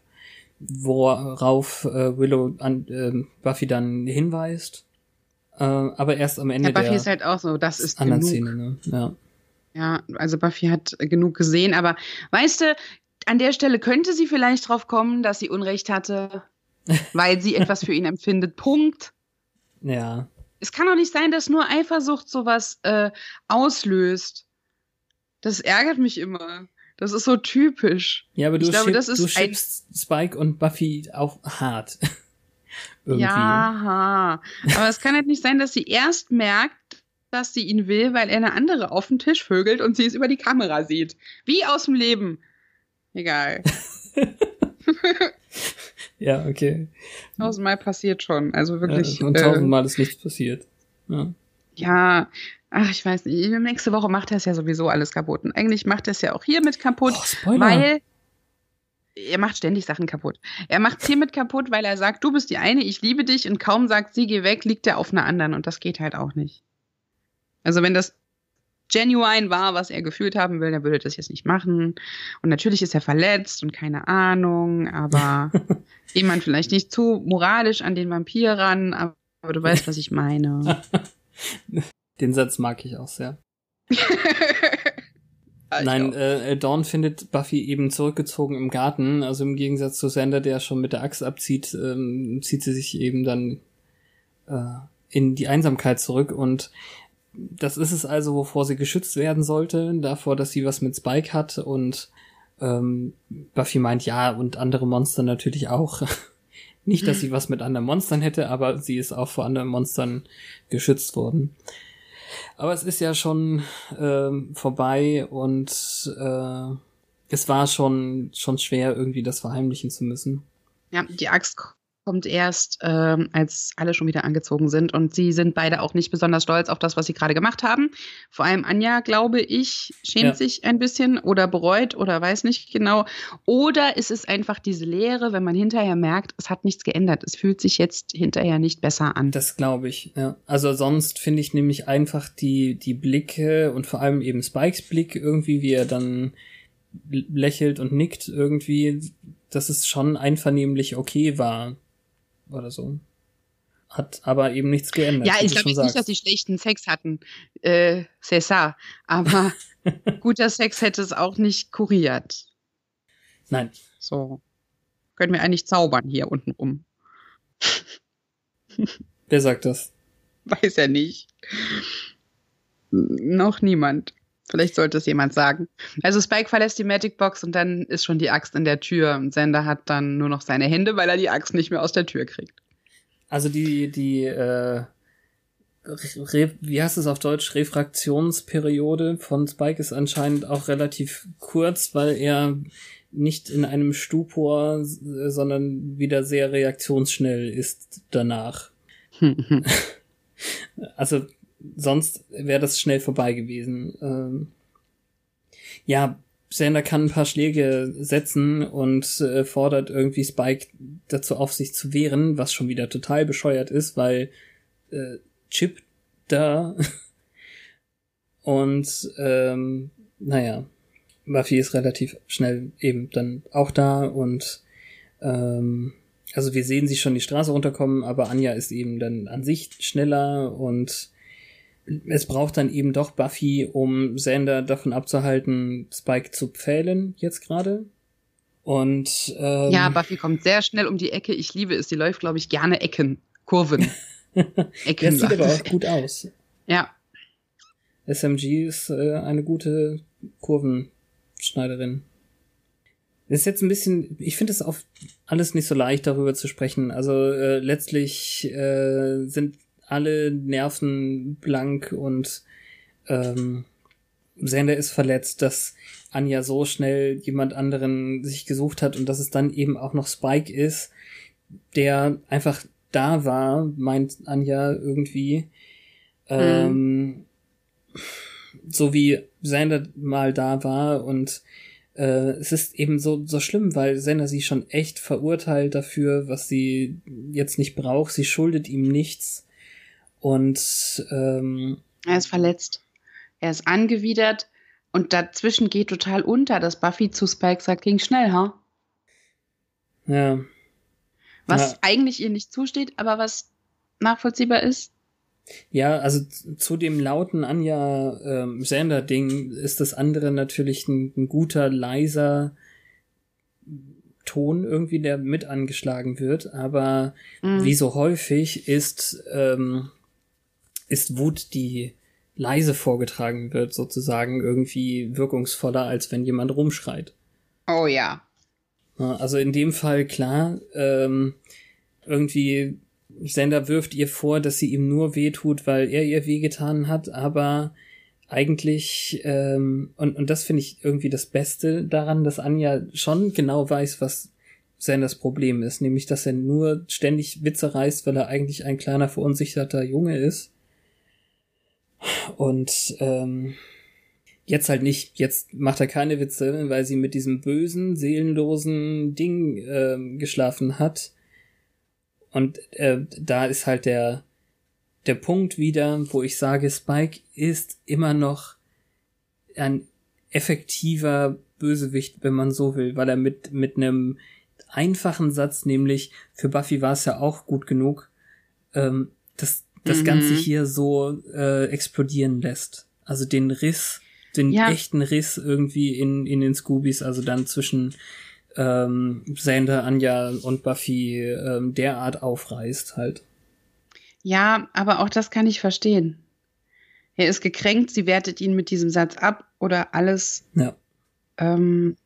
worauf äh, Willow an äh, Buffy dann hinweist. Äh, aber erst am Ende ja, Buffy der ist halt auch so, das ist anderen genug. Szene, ne? Ja. Ja, also Buffy hat genug gesehen, aber weißt du, an der Stelle könnte sie vielleicht drauf kommen, dass sie Unrecht hatte, weil sie etwas für ihn empfindet. Punkt. Ja. Es kann doch nicht sein, dass nur Eifersucht sowas äh, auslöst. Das ärgert mich immer. Das ist so typisch. Ja, aber du, ich glaube, schipp, das ist du schippst Spike und Buffy auch hart. Irgendwie. Ja, aber es kann halt nicht sein, dass sie erst merkt, dass sie ihn will, weil er eine andere auf den Tisch vögelt und sie es über die Kamera sieht. Wie aus dem Leben. Egal. Ja, okay. Tausendmal passiert schon. Also wirklich. Ja, und tausendmal äh, ist nichts passiert. Ja. Ja, ach, ich weiß nicht. Nächste Woche macht er es ja sowieso alles kaputt. Und eigentlich macht er es ja auch hiermit kaputt, oh, Spoiler. weil er macht ständig Sachen kaputt. Er macht es hiermit kaputt, weil er sagt, du bist die eine, ich liebe dich, und kaum sagt sie, geh weg, liegt er auf einer anderen, und das geht halt auch nicht. Also wenn das genuine war, was er gefühlt haben will, dann würde er das jetzt nicht machen. Und natürlich ist er verletzt und keine Ahnung, aber geht man vielleicht nicht zu moralisch an den Vampir ran, aber, aber du weißt, was ich meine. Den Satz mag ich auch sehr. Nein, äh, Dawn findet Buffy eben zurückgezogen im Garten, also im Gegensatz zu Xander, der schon mit der Axt abzieht, ähm, zieht sie sich eben dann äh, in die Einsamkeit zurück, und das ist es also, wovor sie geschützt werden sollte, davor, dass sie was mit Spike hat, und ähm, Buffy meint, ja, und andere Monster natürlich auch. Nicht, dass sie was mit anderen Monstern hätte, aber sie ist auch vor anderen Monstern geschützt worden. Aber es ist ja schon ähm, vorbei, und äh, es war schon schon schwer, irgendwie das verheimlichen zu müssen. Ja, die Axt kommt erst, ähm, als alle schon wieder angezogen sind, und sie sind beide auch nicht besonders stolz auf das, was sie gerade gemacht haben. Vor allem Anja, glaube ich, schämt ja. sich ein bisschen oder bereut oder weiß nicht genau. Oder ist es einfach diese Leere, wenn man hinterher merkt, es hat nichts geändert. Es fühlt sich jetzt hinterher nicht besser an. Das glaube ich, ja. Also sonst finde ich nämlich einfach die die Blicke und vor allem eben Spikes Blick irgendwie, wie er dann lächelt und nickt irgendwie, dass es schon einvernehmlich okay war. Oder so. Hat aber eben nichts geändert. Ja, ich glaube jetzt nicht, dass sie schlechten Sex hatten. Äh, c'est ça. Aber guter Sex hätte es auch nicht kuriert. Nein. So. Können wir eigentlich zaubern hier unten rum. Wer sagt das? Weiß ja nicht. Noch niemand. Vielleicht sollte es jemand sagen. Also Spike verlässt die Magic Box, und dann ist schon die Axt in der Tür, und Xander hat dann nur noch seine Hände, weil er die Axt nicht mehr aus der Tür kriegt. Also die, die, äh, Re- wie heißt es auf Deutsch? Refraktionsperiode von Spike ist anscheinend auch relativ kurz, weil er nicht in einem Stupor, sondern wieder sehr reaktionsschnell ist danach. Also sonst wäre das schnell vorbei gewesen. Ähm, ja, Xander kann ein paar Schläge setzen und äh, fordert irgendwie Spike dazu auf, sich zu wehren, was schon wieder total bescheuert ist, weil äh, Chip da Und ähm, naja, Buffy ist relativ schnell eben dann auch da und ähm, also wir sehen sie schon die Straße runterkommen, aber Anja ist eben dann an sich schneller und es braucht dann eben doch Buffy, um Xander davon abzuhalten, Spike zu pfählen jetzt gerade. Und ähm, ja, Buffy kommt sehr schnell um die Ecke. Ich liebe es. Sie läuft, glaube ich, gerne Ecken, Kurven. Ecken. Das sieht aber auch gut aus. Ja. S M G ist äh, eine gute Kurvenschneiderin. Das ist jetzt ein bisschen, ich finde es auch alles nicht so leicht, darüber zu sprechen. Also äh, letztlich äh, sind alle Nerven blank und ähm, Xander ist verletzt, dass Anja so schnell jemand anderen sich gesucht hat und dass es dann eben auch noch Spike ist, der einfach da war, meint Anja irgendwie. Ähm, mhm. So wie Xander mal da war und äh, es ist eben so so schlimm, weil Xander sie schon echt verurteilt dafür, was sie jetzt nicht braucht. Sie schuldet ihm nichts. Und ähm, er ist verletzt. Er ist angewidert und dazwischen geht total unter, dass Buffy zu Spike sagt, ging schnell, ha? Ja. Was ja. eigentlich ihr nicht zusteht, aber was nachvollziehbar ist. Ja, also zu dem lauten Anja-Xander-Ding ähm, ist das andere natürlich ein, ein guter, leiser Ton irgendwie, der mit angeschlagen wird, aber mhm. wie so häufig ist ähm, ist Wut, die leise vorgetragen wird, sozusagen irgendwie wirkungsvoller, als wenn jemand rumschreit. Oh ja. Also in dem Fall, klar, ähm, irgendwie Xander wirft ihr vor, dass sie ihm nur wehtut, weil er ihr wehgetan hat, aber eigentlich, ähm, und, und das finde ich irgendwie das Beste daran, dass Anja schon genau weiß, was Xanders Problem ist, nämlich, dass er nur ständig Witze reißt, weil er eigentlich ein kleiner, verunsicherter Junge ist. Und ähm, jetzt halt nicht, jetzt macht er keine Witze, weil sie mit diesem bösen, seelenlosen Ding ähm, geschlafen hat. Und äh, da ist halt der der Punkt wieder, wo ich sage, Spike ist immer noch ein effektiver Bösewicht, wenn man so will, weil er mit mit einem einfachen Satz, nämlich für Buffy war es ja auch gut genug, ähm, das das mhm. Ganze hier so äh, explodieren lässt. Also den Riss, den ja. echten Riss irgendwie in in den Scoobies, also dann zwischen ähm, Xander, Anja und Buffy ähm, derart aufreißt halt. Ja, aber auch das kann ich verstehen. Er ist gekränkt, sie wertet ihn mit diesem Satz ab oder alles, ja. ähm,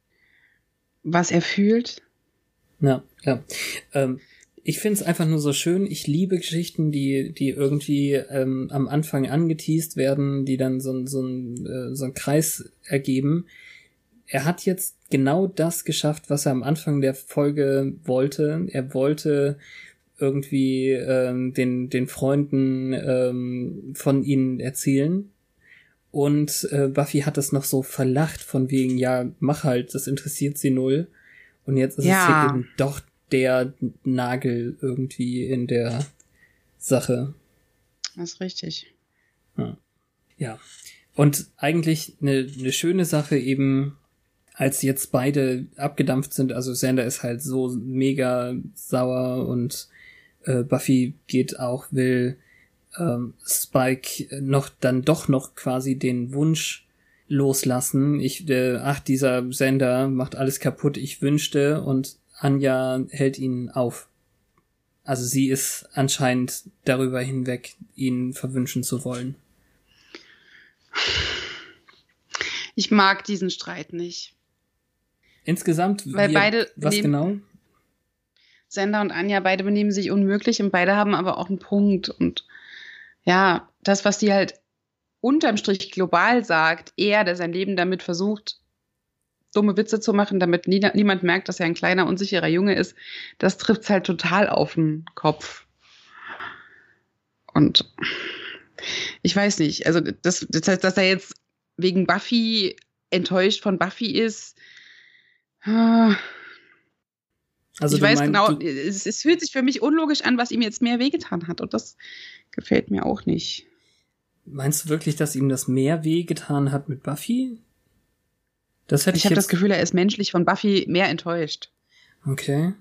was er fühlt. Ja, ja. Ähm, ich finde es einfach nur so schön. Ich liebe Geschichten, die die irgendwie ähm, am Anfang angeteast werden, die dann so, so, ein, äh, so einen Kreis ergeben. Er hat jetzt genau das geschafft, was er am Anfang der Folge wollte. Er wollte irgendwie ähm, den den Freunden ähm, von ihnen erzählen. Und äh, Buffy hat das noch so verlacht von wegen, ja, mach halt, das interessiert sie null. Und jetzt ist ja. es hier eben doch der Nagel irgendwie in der Sache. Das ist richtig. Ja. ja. Und eigentlich eine eine schöne Sache eben, als jetzt beide abgedampft sind, also Xander ist halt so mega sauer und äh, Buffy geht auch, will ähm, Spike noch dann doch noch quasi den Wunsch loslassen. Ich, äh, ach, dieser Xander macht alles kaputt, ich wünschte, und Anja hält ihn auf. Also sie ist anscheinend darüber hinweg, ihn verwünschen zu wollen. Ich mag diesen Streit nicht. Insgesamt, weil wir, beide was nehmen, genau? Xander und Anja, beide benehmen sich unmöglich und beide haben aber auch einen Punkt. Und ja, das, was die halt unterm Strich global sagt, er, der sein Leben damit versucht, dumme Witze zu machen, damit nie, niemand merkt, dass er ein kleiner, unsicherer Junge ist, das trifft's halt total auf den Kopf. Und ich weiß nicht, also das, das heißt, dass er jetzt wegen Buffy enttäuscht von Buffy ist. Also ich weiß meinst, genau, es, es fühlt sich für mich unlogisch an, was ihm jetzt mehr wehgetan hat. Und das gefällt mir auch nicht. Meinst du wirklich, dass ihm das mehr wehgetan hat mit Buffy? Das hätte ich ich habe jetzt... das Gefühl, er ist menschlich von Buffy mehr enttäuscht. Okay.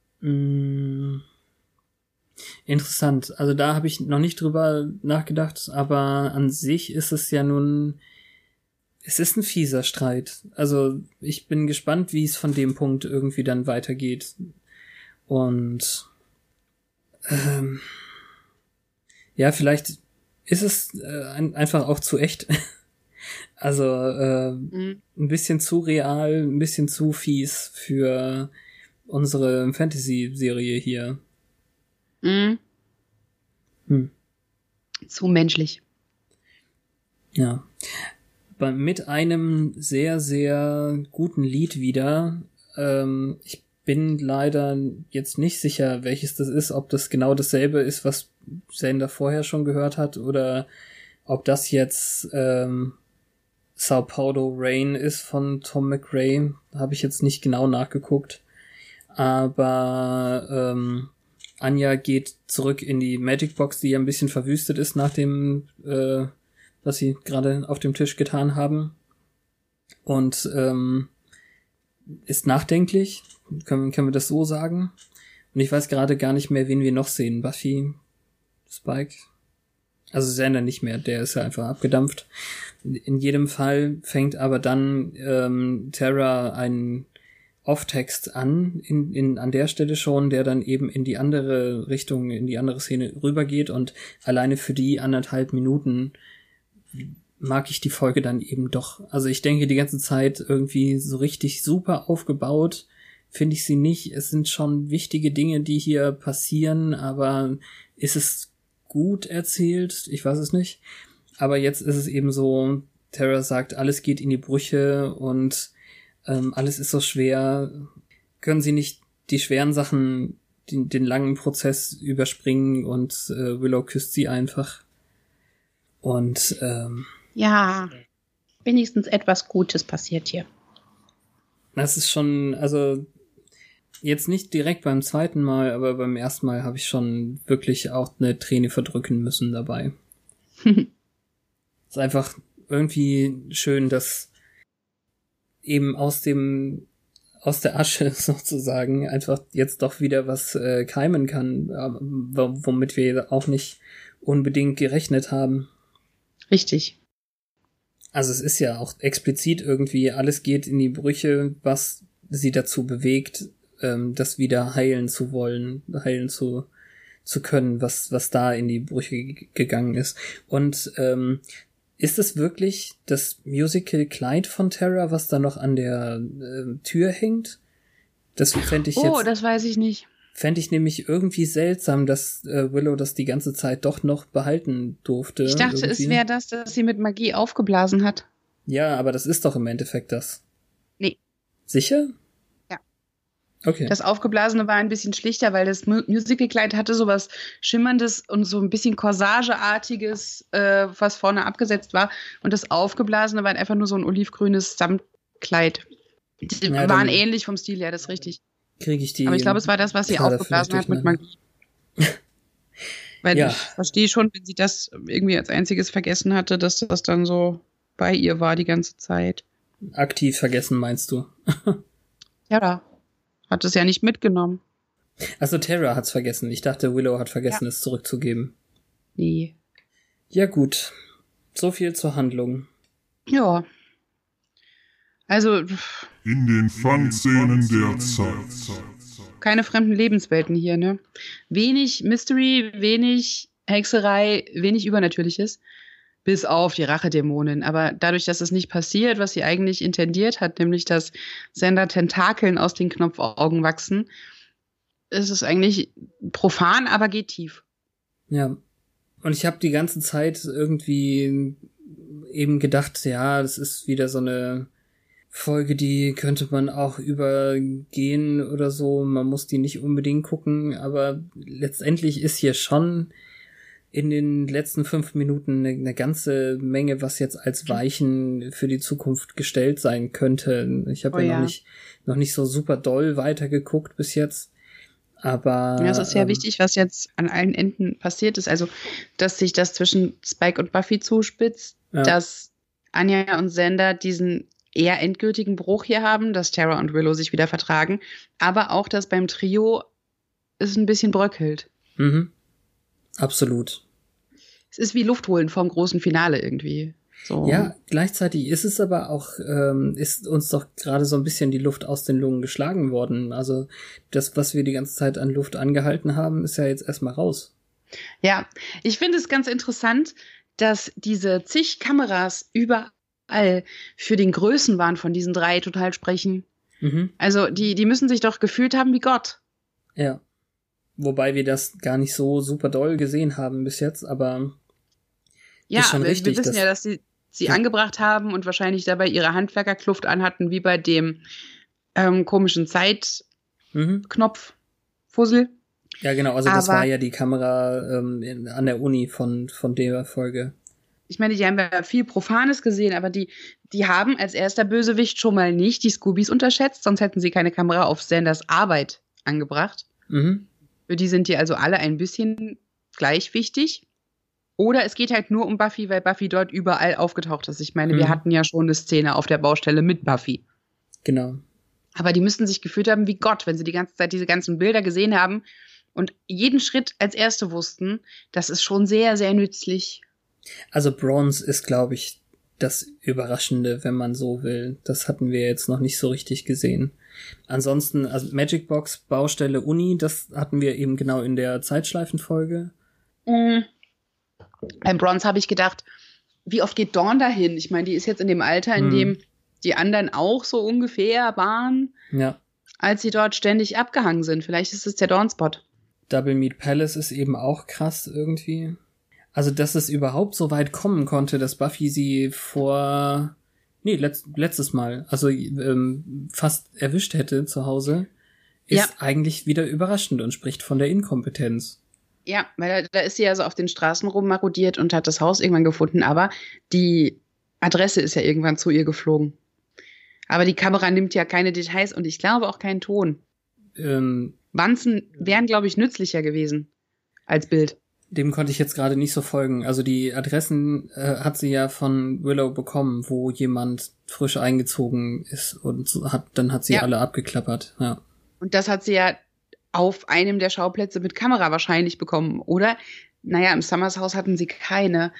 Hm. Interessant. Also da habe ich noch nicht drüber nachgedacht, aber an sich ist es ja nun... Es ist ein fieser Streit. Also ich bin gespannt, wie es von dem Punkt irgendwie dann weitergeht. Und ähm, ja, vielleicht ist es äh, ein, einfach auch zu echt. Also äh, mhm. ein bisschen zu real, ein bisschen zu fies für unsere Fantasy-Serie hier. Mhm. Hm. Zu menschlich. Ja. Mit einem sehr, sehr guten Lied wieder. Ähm, ich bin leider jetzt nicht sicher, welches das ist, ob das genau dasselbe ist, was Sander vorher schon gehört hat, oder ob das jetzt ähm, Sao Paulo Rain ist von Tom McRae. Habe ich jetzt nicht genau nachgeguckt. Aber ähm, Anja geht zurück in die Magic Box, die ja ein bisschen verwüstet ist nach dem äh, was sie gerade auf dem Tisch getan haben. Und ähm, ist nachdenklich. Können, können wir das so sagen? Und ich weiß gerade gar nicht mehr, wen wir noch sehen. Buffy, Spike. Also Xander nicht mehr, der ist ja einfach abgedampft. In jedem Fall fängt aber dann ähm, Tara einen Off-Text an, in, in, an der Stelle schon, der dann eben in die andere Richtung, in die andere Szene rübergeht, und alleine für die anderthalb Minuten mag ich die Folge dann eben doch. Also ich denke die ganze Zeit irgendwie so richtig super aufgebaut finde ich sie nicht. Es sind schon wichtige Dinge, die hier passieren, aber ist es gut erzählt? Ich weiß es nicht. Aber jetzt ist es eben so, Tara sagt, alles geht in die Brüche und ähm, alles ist so schwer. Können sie nicht die schweren Sachen, den, den langen Prozess überspringen, und äh, Willow küsst sie einfach. Und ähm, ja, wenigstens etwas Gutes passiert hier. Das ist schon, also jetzt nicht direkt beim zweiten Mal, aber beim ersten Mal habe ich schon wirklich auch eine Träne verdrücken müssen dabei. Ist einfach irgendwie schön, dass eben aus dem aus der Asche sozusagen einfach jetzt doch wieder was äh, keimen kann, womit wir auch nicht unbedingt gerechnet haben. Richtig. Also es ist ja auch explizit irgendwie, alles geht in die Brüche, was sie dazu bewegt, ähm, das wieder heilen zu wollen, heilen zu zu können, was was da in die Brüche g- gegangen ist. Und ähm, ist es wirklich das Musical-Kleid von Tara, was da noch an der äh, Tür hängt? Das fände ich oh, jetzt... Oh, das weiß ich nicht. Fände ich nämlich irgendwie seltsam, dass äh, Willow das die ganze Zeit doch noch behalten durfte. Ich dachte, irgendwie. Es wäre das, dass sie mit Magie aufgeblasen hat. Ja, aber das ist doch im Endeffekt das. Nee. Sicher? Ja. Okay. Das Aufgeblasene war ein bisschen schlichter, weil das Mu- Musicalkleid hatte sowas Schimmerndes und so ein bisschen Corsageartiges, äh, was vorne abgesetzt war. Und das Aufgeblasene war einfach nur so ein olivgrünes Samtkleid. Die ja, waren ähnlich vom Stil her, das ist richtig. Kriege ich die. Aber ich glaube, es war das, was sie aufgeblasen hat mit Magie. Weil ja. ich verstehe schon, wenn sie das irgendwie als einziges vergessen hatte, dass das dann so bei ihr war die ganze Zeit. Aktiv vergessen, meinst du? Ja, hat es ja nicht mitgenommen. Also Tara hat's vergessen. Ich dachte, Willow hat vergessen, ja. es zurückzugeben. Nee. Ja gut. So viel zur Handlung. Ja. Also... In den Fun-Szenen der Zeit. Keine fremden Lebenswelten hier, ne? Wenig Mystery, wenig Hexerei, wenig Übernatürliches. Bis auf die Rachedämonen. Aber dadurch, dass es nicht passiert, was sie eigentlich intendiert hat, nämlich dass Xander Tentakeln aus den Knopfaugen wachsen, ist es eigentlich profan, aber geht tief. Ja. Und ich habe die ganze Zeit irgendwie eben gedacht, ja, das ist wieder so eine Folge, die könnte man auch übergehen oder so. Man muss die nicht unbedingt gucken, aber letztendlich ist hier schon in den letzten fünf Minuten eine, eine ganze Menge, was jetzt als Weichen für die Zukunft gestellt sein könnte. Ich habe oh, ja, ja noch nicht noch nicht so super doll weitergeguckt bis jetzt, Aber ja, es ist ja ähm, wichtig, was jetzt an allen Enden passiert ist. Also, dass sich das zwischen Spike und Buffy zuspitzt, ja. dass Anja und Xander diesen eher endgültigen Bruch hier haben, dass Tara und Willow sich wieder vertragen, aber auch, dass beim Trio es ein bisschen bröckelt. Mhm. Absolut. Es ist wie Luft holen vorm großen Finale irgendwie. So. Ja, gleichzeitig ist es aber auch, ähm, ist uns doch gerade so ein bisschen die Luft aus den Lungen geschlagen worden. Also das, was wir die ganze Zeit an Luft angehalten haben, ist ja jetzt erstmal raus. Ja, ich finde es ganz interessant, dass diese zig Kameras überall für den Größenwahn von diesen drei total sprechen. Mhm. Also die, die müssen sich doch gefühlt haben wie Gott. Ja. Wobei wir das gar nicht so super doll gesehen haben bis jetzt, aber ja, ist schon wir, richtig. wir wissen dass, ja, dass sie sie ja. angebracht haben und wahrscheinlich dabei ihre Handwerkerkluft anhatten, wie bei dem ähm, komischen Zeitknopf, mhm. Fussel. Ja, genau, also das Aber war ja die Kamera ähm, in, an der Uni von, von der Folge. Ich meine, die haben ja viel Profanes gesehen, aber die, die haben als erster Bösewicht schon mal nicht die Scoobies unterschätzt, sonst hätten sie keine Kamera auf Xanders Arbeit angebracht. Mhm. Für die sind die also alle ein bisschen gleich wichtig. Oder es geht halt nur um Buffy, weil Buffy dort überall aufgetaucht ist. Ich meine, mhm. wir hatten ja schon eine Szene auf der Baustelle mit Buffy. Genau. Aber die müssten sich gefühlt haben wie Gott, wenn sie die ganze Zeit diese ganzen Bilder gesehen haben und jeden Schritt als Erste wussten. Das ist schon sehr, sehr nützlich. Also Bronze ist, glaube ich, das Überraschende, wenn man so will. Das hatten wir jetzt noch nicht so richtig gesehen. Ansonsten, also Magic Box, Baustelle, Uni, das hatten wir eben genau in der Zeitschleifenfolge. Mhm. Beim Bronze habe ich gedacht, wie oft geht Dawn dahin? Ich meine, die ist jetzt in dem Alter, in mhm. dem die anderen auch so ungefähr waren, ja. als sie dort ständig abgehangen sind. Vielleicht ist es der Dawn-Spot. Double Meat Palace ist eben auch krass irgendwie. Also, dass es überhaupt so weit kommen konnte, dass Buffy sie vor, nee, letzt, letztes Mal, also ähm, fast erwischt hätte zu Hause, ist ja. eigentlich wieder überraschend und spricht von der Inkompetenz. Ja, weil da, da ist sie ja so auf den Straßen rummarodiert und hat das Haus irgendwann gefunden, aber die Adresse ist ja irgendwann zu ihr geflogen. Aber die Kamera nimmt ja keine Details und ich glaube auch keinen Ton. Ähm, Wanzen wären, glaube ich, nützlicher gewesen als Bild. Dem konnte ich jetzt gerade nicht so folgen. Also die Adressen äh, hat sie ja von Willow bekommen, wo jemand frisch eingezogen ist und hat, dann hat sie ja. alle abgeklappert. Ja. Und das hat sie ja auf einem der Schauplätze mit Kamera wahrscheinlich bekommen, oder? Naja, im Summers Haus hatten sie keine.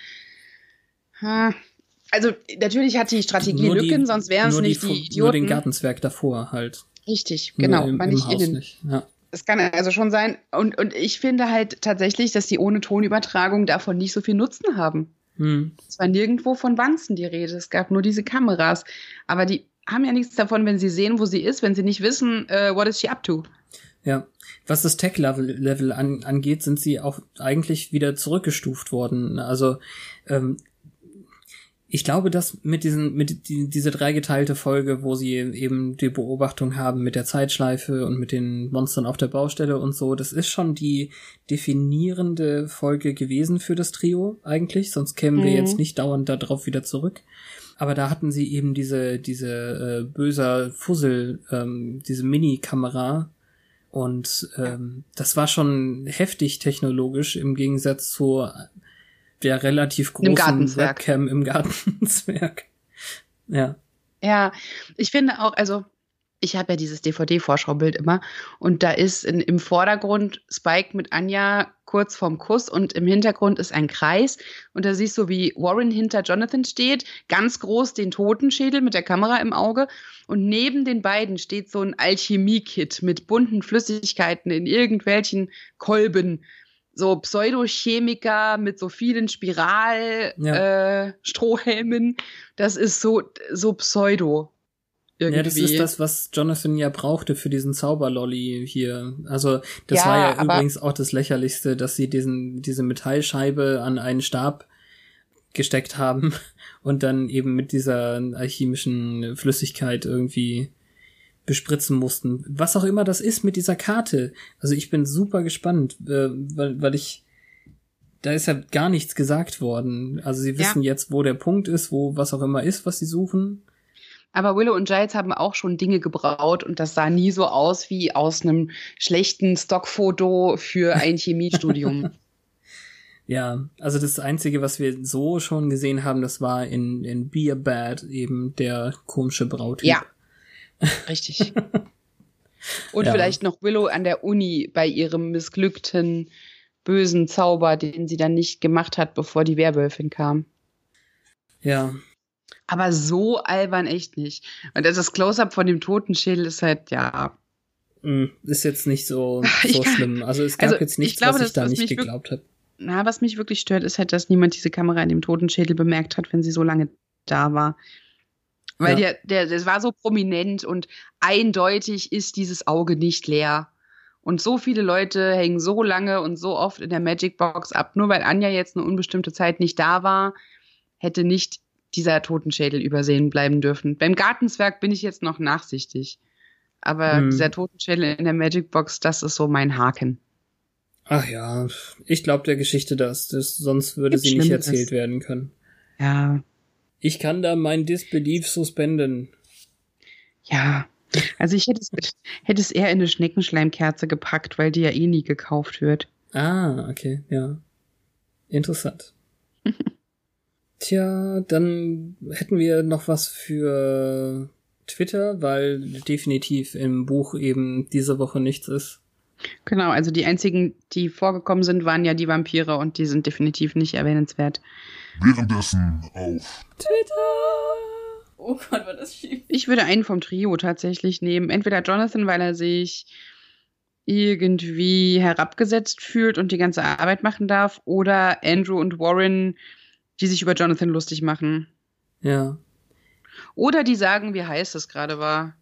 Also natürlich hat die Strategie nur Lücken, die, sonst wären es nicht die, die Idioten. Nur den Gartenzwerg davor halt. Richtig, genau, im, aber nicht im Haus innen. Nicht. Ja. Das kann also schon sein. Und, und ich finde halt tatsächlich, dass die ohne Tonübertragung davon nicht so viel Nutzen haben. Hm. Es war nirgendwo von Wanzen die Rede. Es gab nur diese Kameras. Aber die haben ja nichts davon, wenn sie sehen, wo sie ist, wenn sie nicht wissen, uh, what is she up to? Ja, was das Tech-Level Level an, angeht, sind sie auch eigentlich wieder zurückgestuft worden. Also ähm, ich glaube, dass mit diesen mit die, diese dreigeteilte Folge, wo sie eben die Beobachtung haben mit der Zeitschleife und mit den Monstern auf der Baustelle und so, das ist schon die definierende Folge gewesen für das Trio eigentlich, sonst kämen mhm. wir jetzt nicht dauernd darauf wieder zurück. Aber da hatten sie eben diese diese äh, böser Fussel, ähm, diese Mini-Kamera. Und ähm, das war schon heftig technologisch im Gegensatz zu der relativ großen Webcam im Gartenzwerg. Ja. Ja, ich finde auch, also ich habe ja dieses D V D-Vorschaubild immer und da ist in, im Vordergrund Spike mit Anja kurz vorm Kuss und im Hintergrund ist ein Kreis und da siehst du, wie Warren hinter Jonathan steht, ganz groß den Totenschädel mit der Kamera im Auge und neben den beiden steht so ein Alchemie-Kit mit bunten Flüssigkeiten in irgendwelchen Kolben. So Pseudochemiker mit so vielen Spiral-Strohhelmen. Ja. Äh, das ist so, so Pseudo. Irgendwie. Ja, das ist das, was Jonathan ja brauchte für diesen Zauberlolly hier. Also das ja, war ja übrigens auch das Lächerlichste, dass sie diesen diese Metallscheibe an einen Stab gesteckt haben und dann eben mit dieser alchemischen Flüssigkeit irgendwie bespritzen mussten. Was auch immer das ist mit dieser Karte. Also ich bin super gespannt, äh, weil, weil ich da ist ja gar nichts gesagt worden. Also sie wissen ja jetzt, wo der Punkt ist, wo was auch immer ist, was sie suchen. Aber Willow und Giles haben auch schon Dinge gebraut und das sah nie so aus wie aus einem schlechten Stockfoto für ein Chemiestudium. Ja, also das Einzige, was wir so schon gesehen haben, das war in, in Be a Bad eben der komische Brautyp. Ja, richtig. Und ja. Vielleicht noch Willow an der Uni bei ihrem missglückten, bösen Zauber, den sie dann nicht gemacht hat, bevor die Werwölfin kam. Ja. Aber so albern echt nicht. Und das Close-Up von dem Totenschädel ist halt, ja. Ist jetzt nicht so, so kann, schlimm. Also es gab also jetzt nichts, ich glaube, was ich das, da was nicht geglaubt habe. Na, was mich wirklich stört, ist halt, dass niemand diese Kamera in dem Totenschädel bemerkt hat, wenn sie so lange da war. Weil ja. der, der, das war so prominent und eindeutig ist dieses Auge nicht leer. Und so viele Leute hängen so lange und so oft in der Magic Box ab. Nur weil Anja jetzt eine unbestimmte Zeit nicht da war, hätte nicht dieser Totenschädel übersehen bleiben dürfen. Beim Gartenzwerg bin ich jetzt noch nachsichtig. Aber hm. dieser Totenschädel in der Magic Box, das ist so mein Haken. Ach ja, ich glaube der Geschichte das, das sonst würde Gibt sie nicht erzählt ist. werden können. Ja. Ich kann da mein Disbelief suspenden. Ja, also ich hätte es, hätte es eher in eine Schneckenschleimkerze gepackt, weil die ja eh nie gekauft wird. Ah, okay, ja. Interessant. Tja, dann hätten wir noch was für Twitter, weil definitiv im Buch eben diese Woche nichts ist. Genau, also die einzigen, die vorgekommen sind, waren ja die Vampire und die sind definitiv nicht erwähnenswert. Währenddessen auf Twitter! Oh Gott, war das schief. Ich würde einen vom Trio tatsächlich nehmen. Entweder Jonathan, weil er sich irgendwie herabgesetzt fühlt und die ganze Arbeit machen darf, oder Andrew und Warren, die sich über Jonathan lustig machen. Ja. Oder die sagen, wie heiß es gerade war.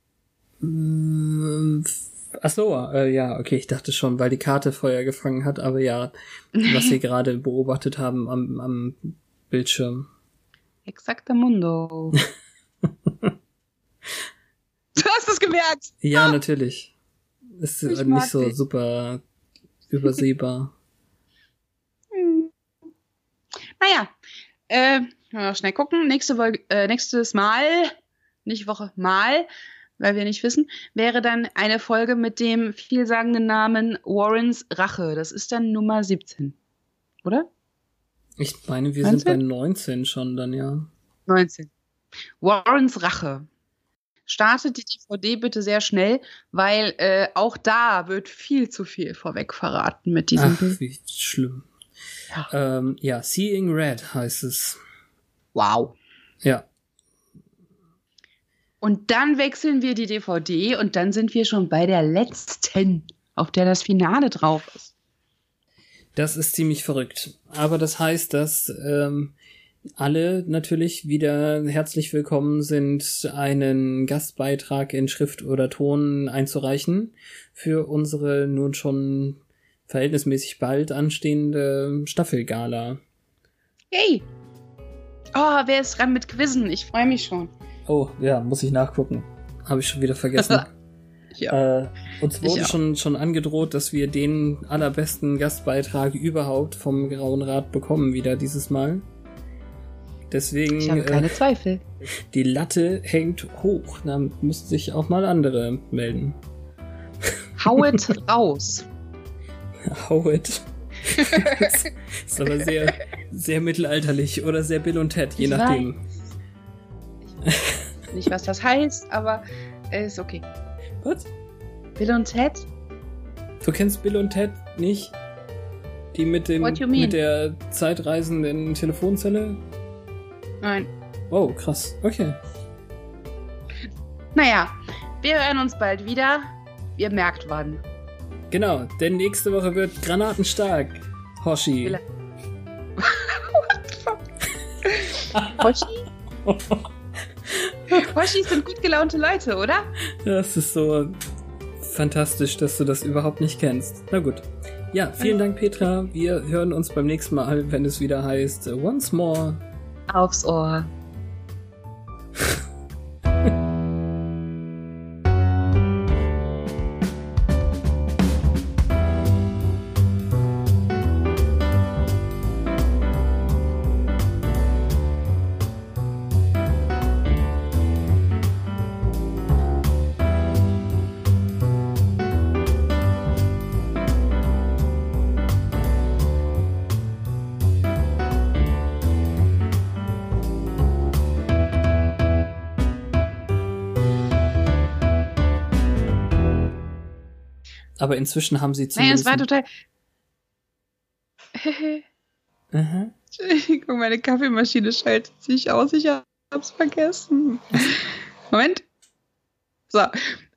Ach so, äh, ja, okay, ich dachte schon, weil die Karte Feuer gefangen hat, aber ja, was sie gerade beobachtet haben am, am Bildschirm. Exactamundo. Du hast es gemerkt! Ja, ah. natürlich. Ist ich nicht so dich. super übersehbar. Hm. Naja, äh, mal schnell gucken. Nächste Woche, äh, nächstes Mal, nicht Woche, Mal, weil wir nicht wissen, wäre dann eine Folge mit dem vielsagenden Namen Warrens Rache. Das ist dann Nummer siebzehn, oder? Ich meine, wir neunzehn? Sind bei neunzehn schon dann, ja. neunzehn. Warrens Rache. Startet die D V D bitte sehr schnell, weil äh, auch da wird viel zu viel vorweg verraten mit diesem Ach, Bild. wie schlimm. Ja. Ähm, ja, Seeing Red heißt es. Wow. Ja. Und dann wechseln wir die D V D und dann sind wir schon bei der letzten, auf der das Finale drauf ist. Das ist ziemlich verrückt. Aber das heißt, dass ähm, alle natürlich wieder herzlich willkommen sind, einen Gastbeitrag in Schrift oder Ton einzureichen für unsere nun schon verhältnismäßig bald anstehende Staffelgala. Hey! Oh, wer ist dran mit Quizzen? Ich freue mich schon. Oh, ja, muss ich nachgucken. Habe ich schon wieder vergessen. ja. Äh, uns wurde schon, schon angedroht, dass wir den allerbesten Gastbeitrag überhaupt vom Grauen Rat bekommen wieder dieses Mal. Deswegen, ich habe keine äh, Zweifel. Die Latte hängt hoch. Da müssten sich auch mal andere melden. Hau it raus. Hau it. Das ist aber sehr, sehr mittelalterlich oder sehr Bill und Ted, je ich nachdem. Weiß. Ich weiß nicht, was das heißt, aber äh, ist okay. Was? Bill und Ted? Du kennst Bill und Ted nicht? Die mit dem mit der zeitreisenden Telefonzelle? Nein. Oh, krass. Okay. Naja, wir hören uns bald wieder. Ihr merkt wann. Genau, denn nächste Woche wird granatenstark. Hoshi. What the fuck? Hoshi? Hoshis sind gut gelaunte Leute, oder? Das ist so fantastisch, dass du das überhaupt nicht kennst. Na gut. Ja, vielen Dank, Petra. Wir hören uns beim nächsten Mal, wenn es wieder heißt Once More. Aufs Ohr. Aber inzwischen haben sie zumindest... Naja, es war total... uh-huh. Entschuldigung, meine Kaffeemaschine schaltet sich aus. Ich hab's vergessen. Moment. So.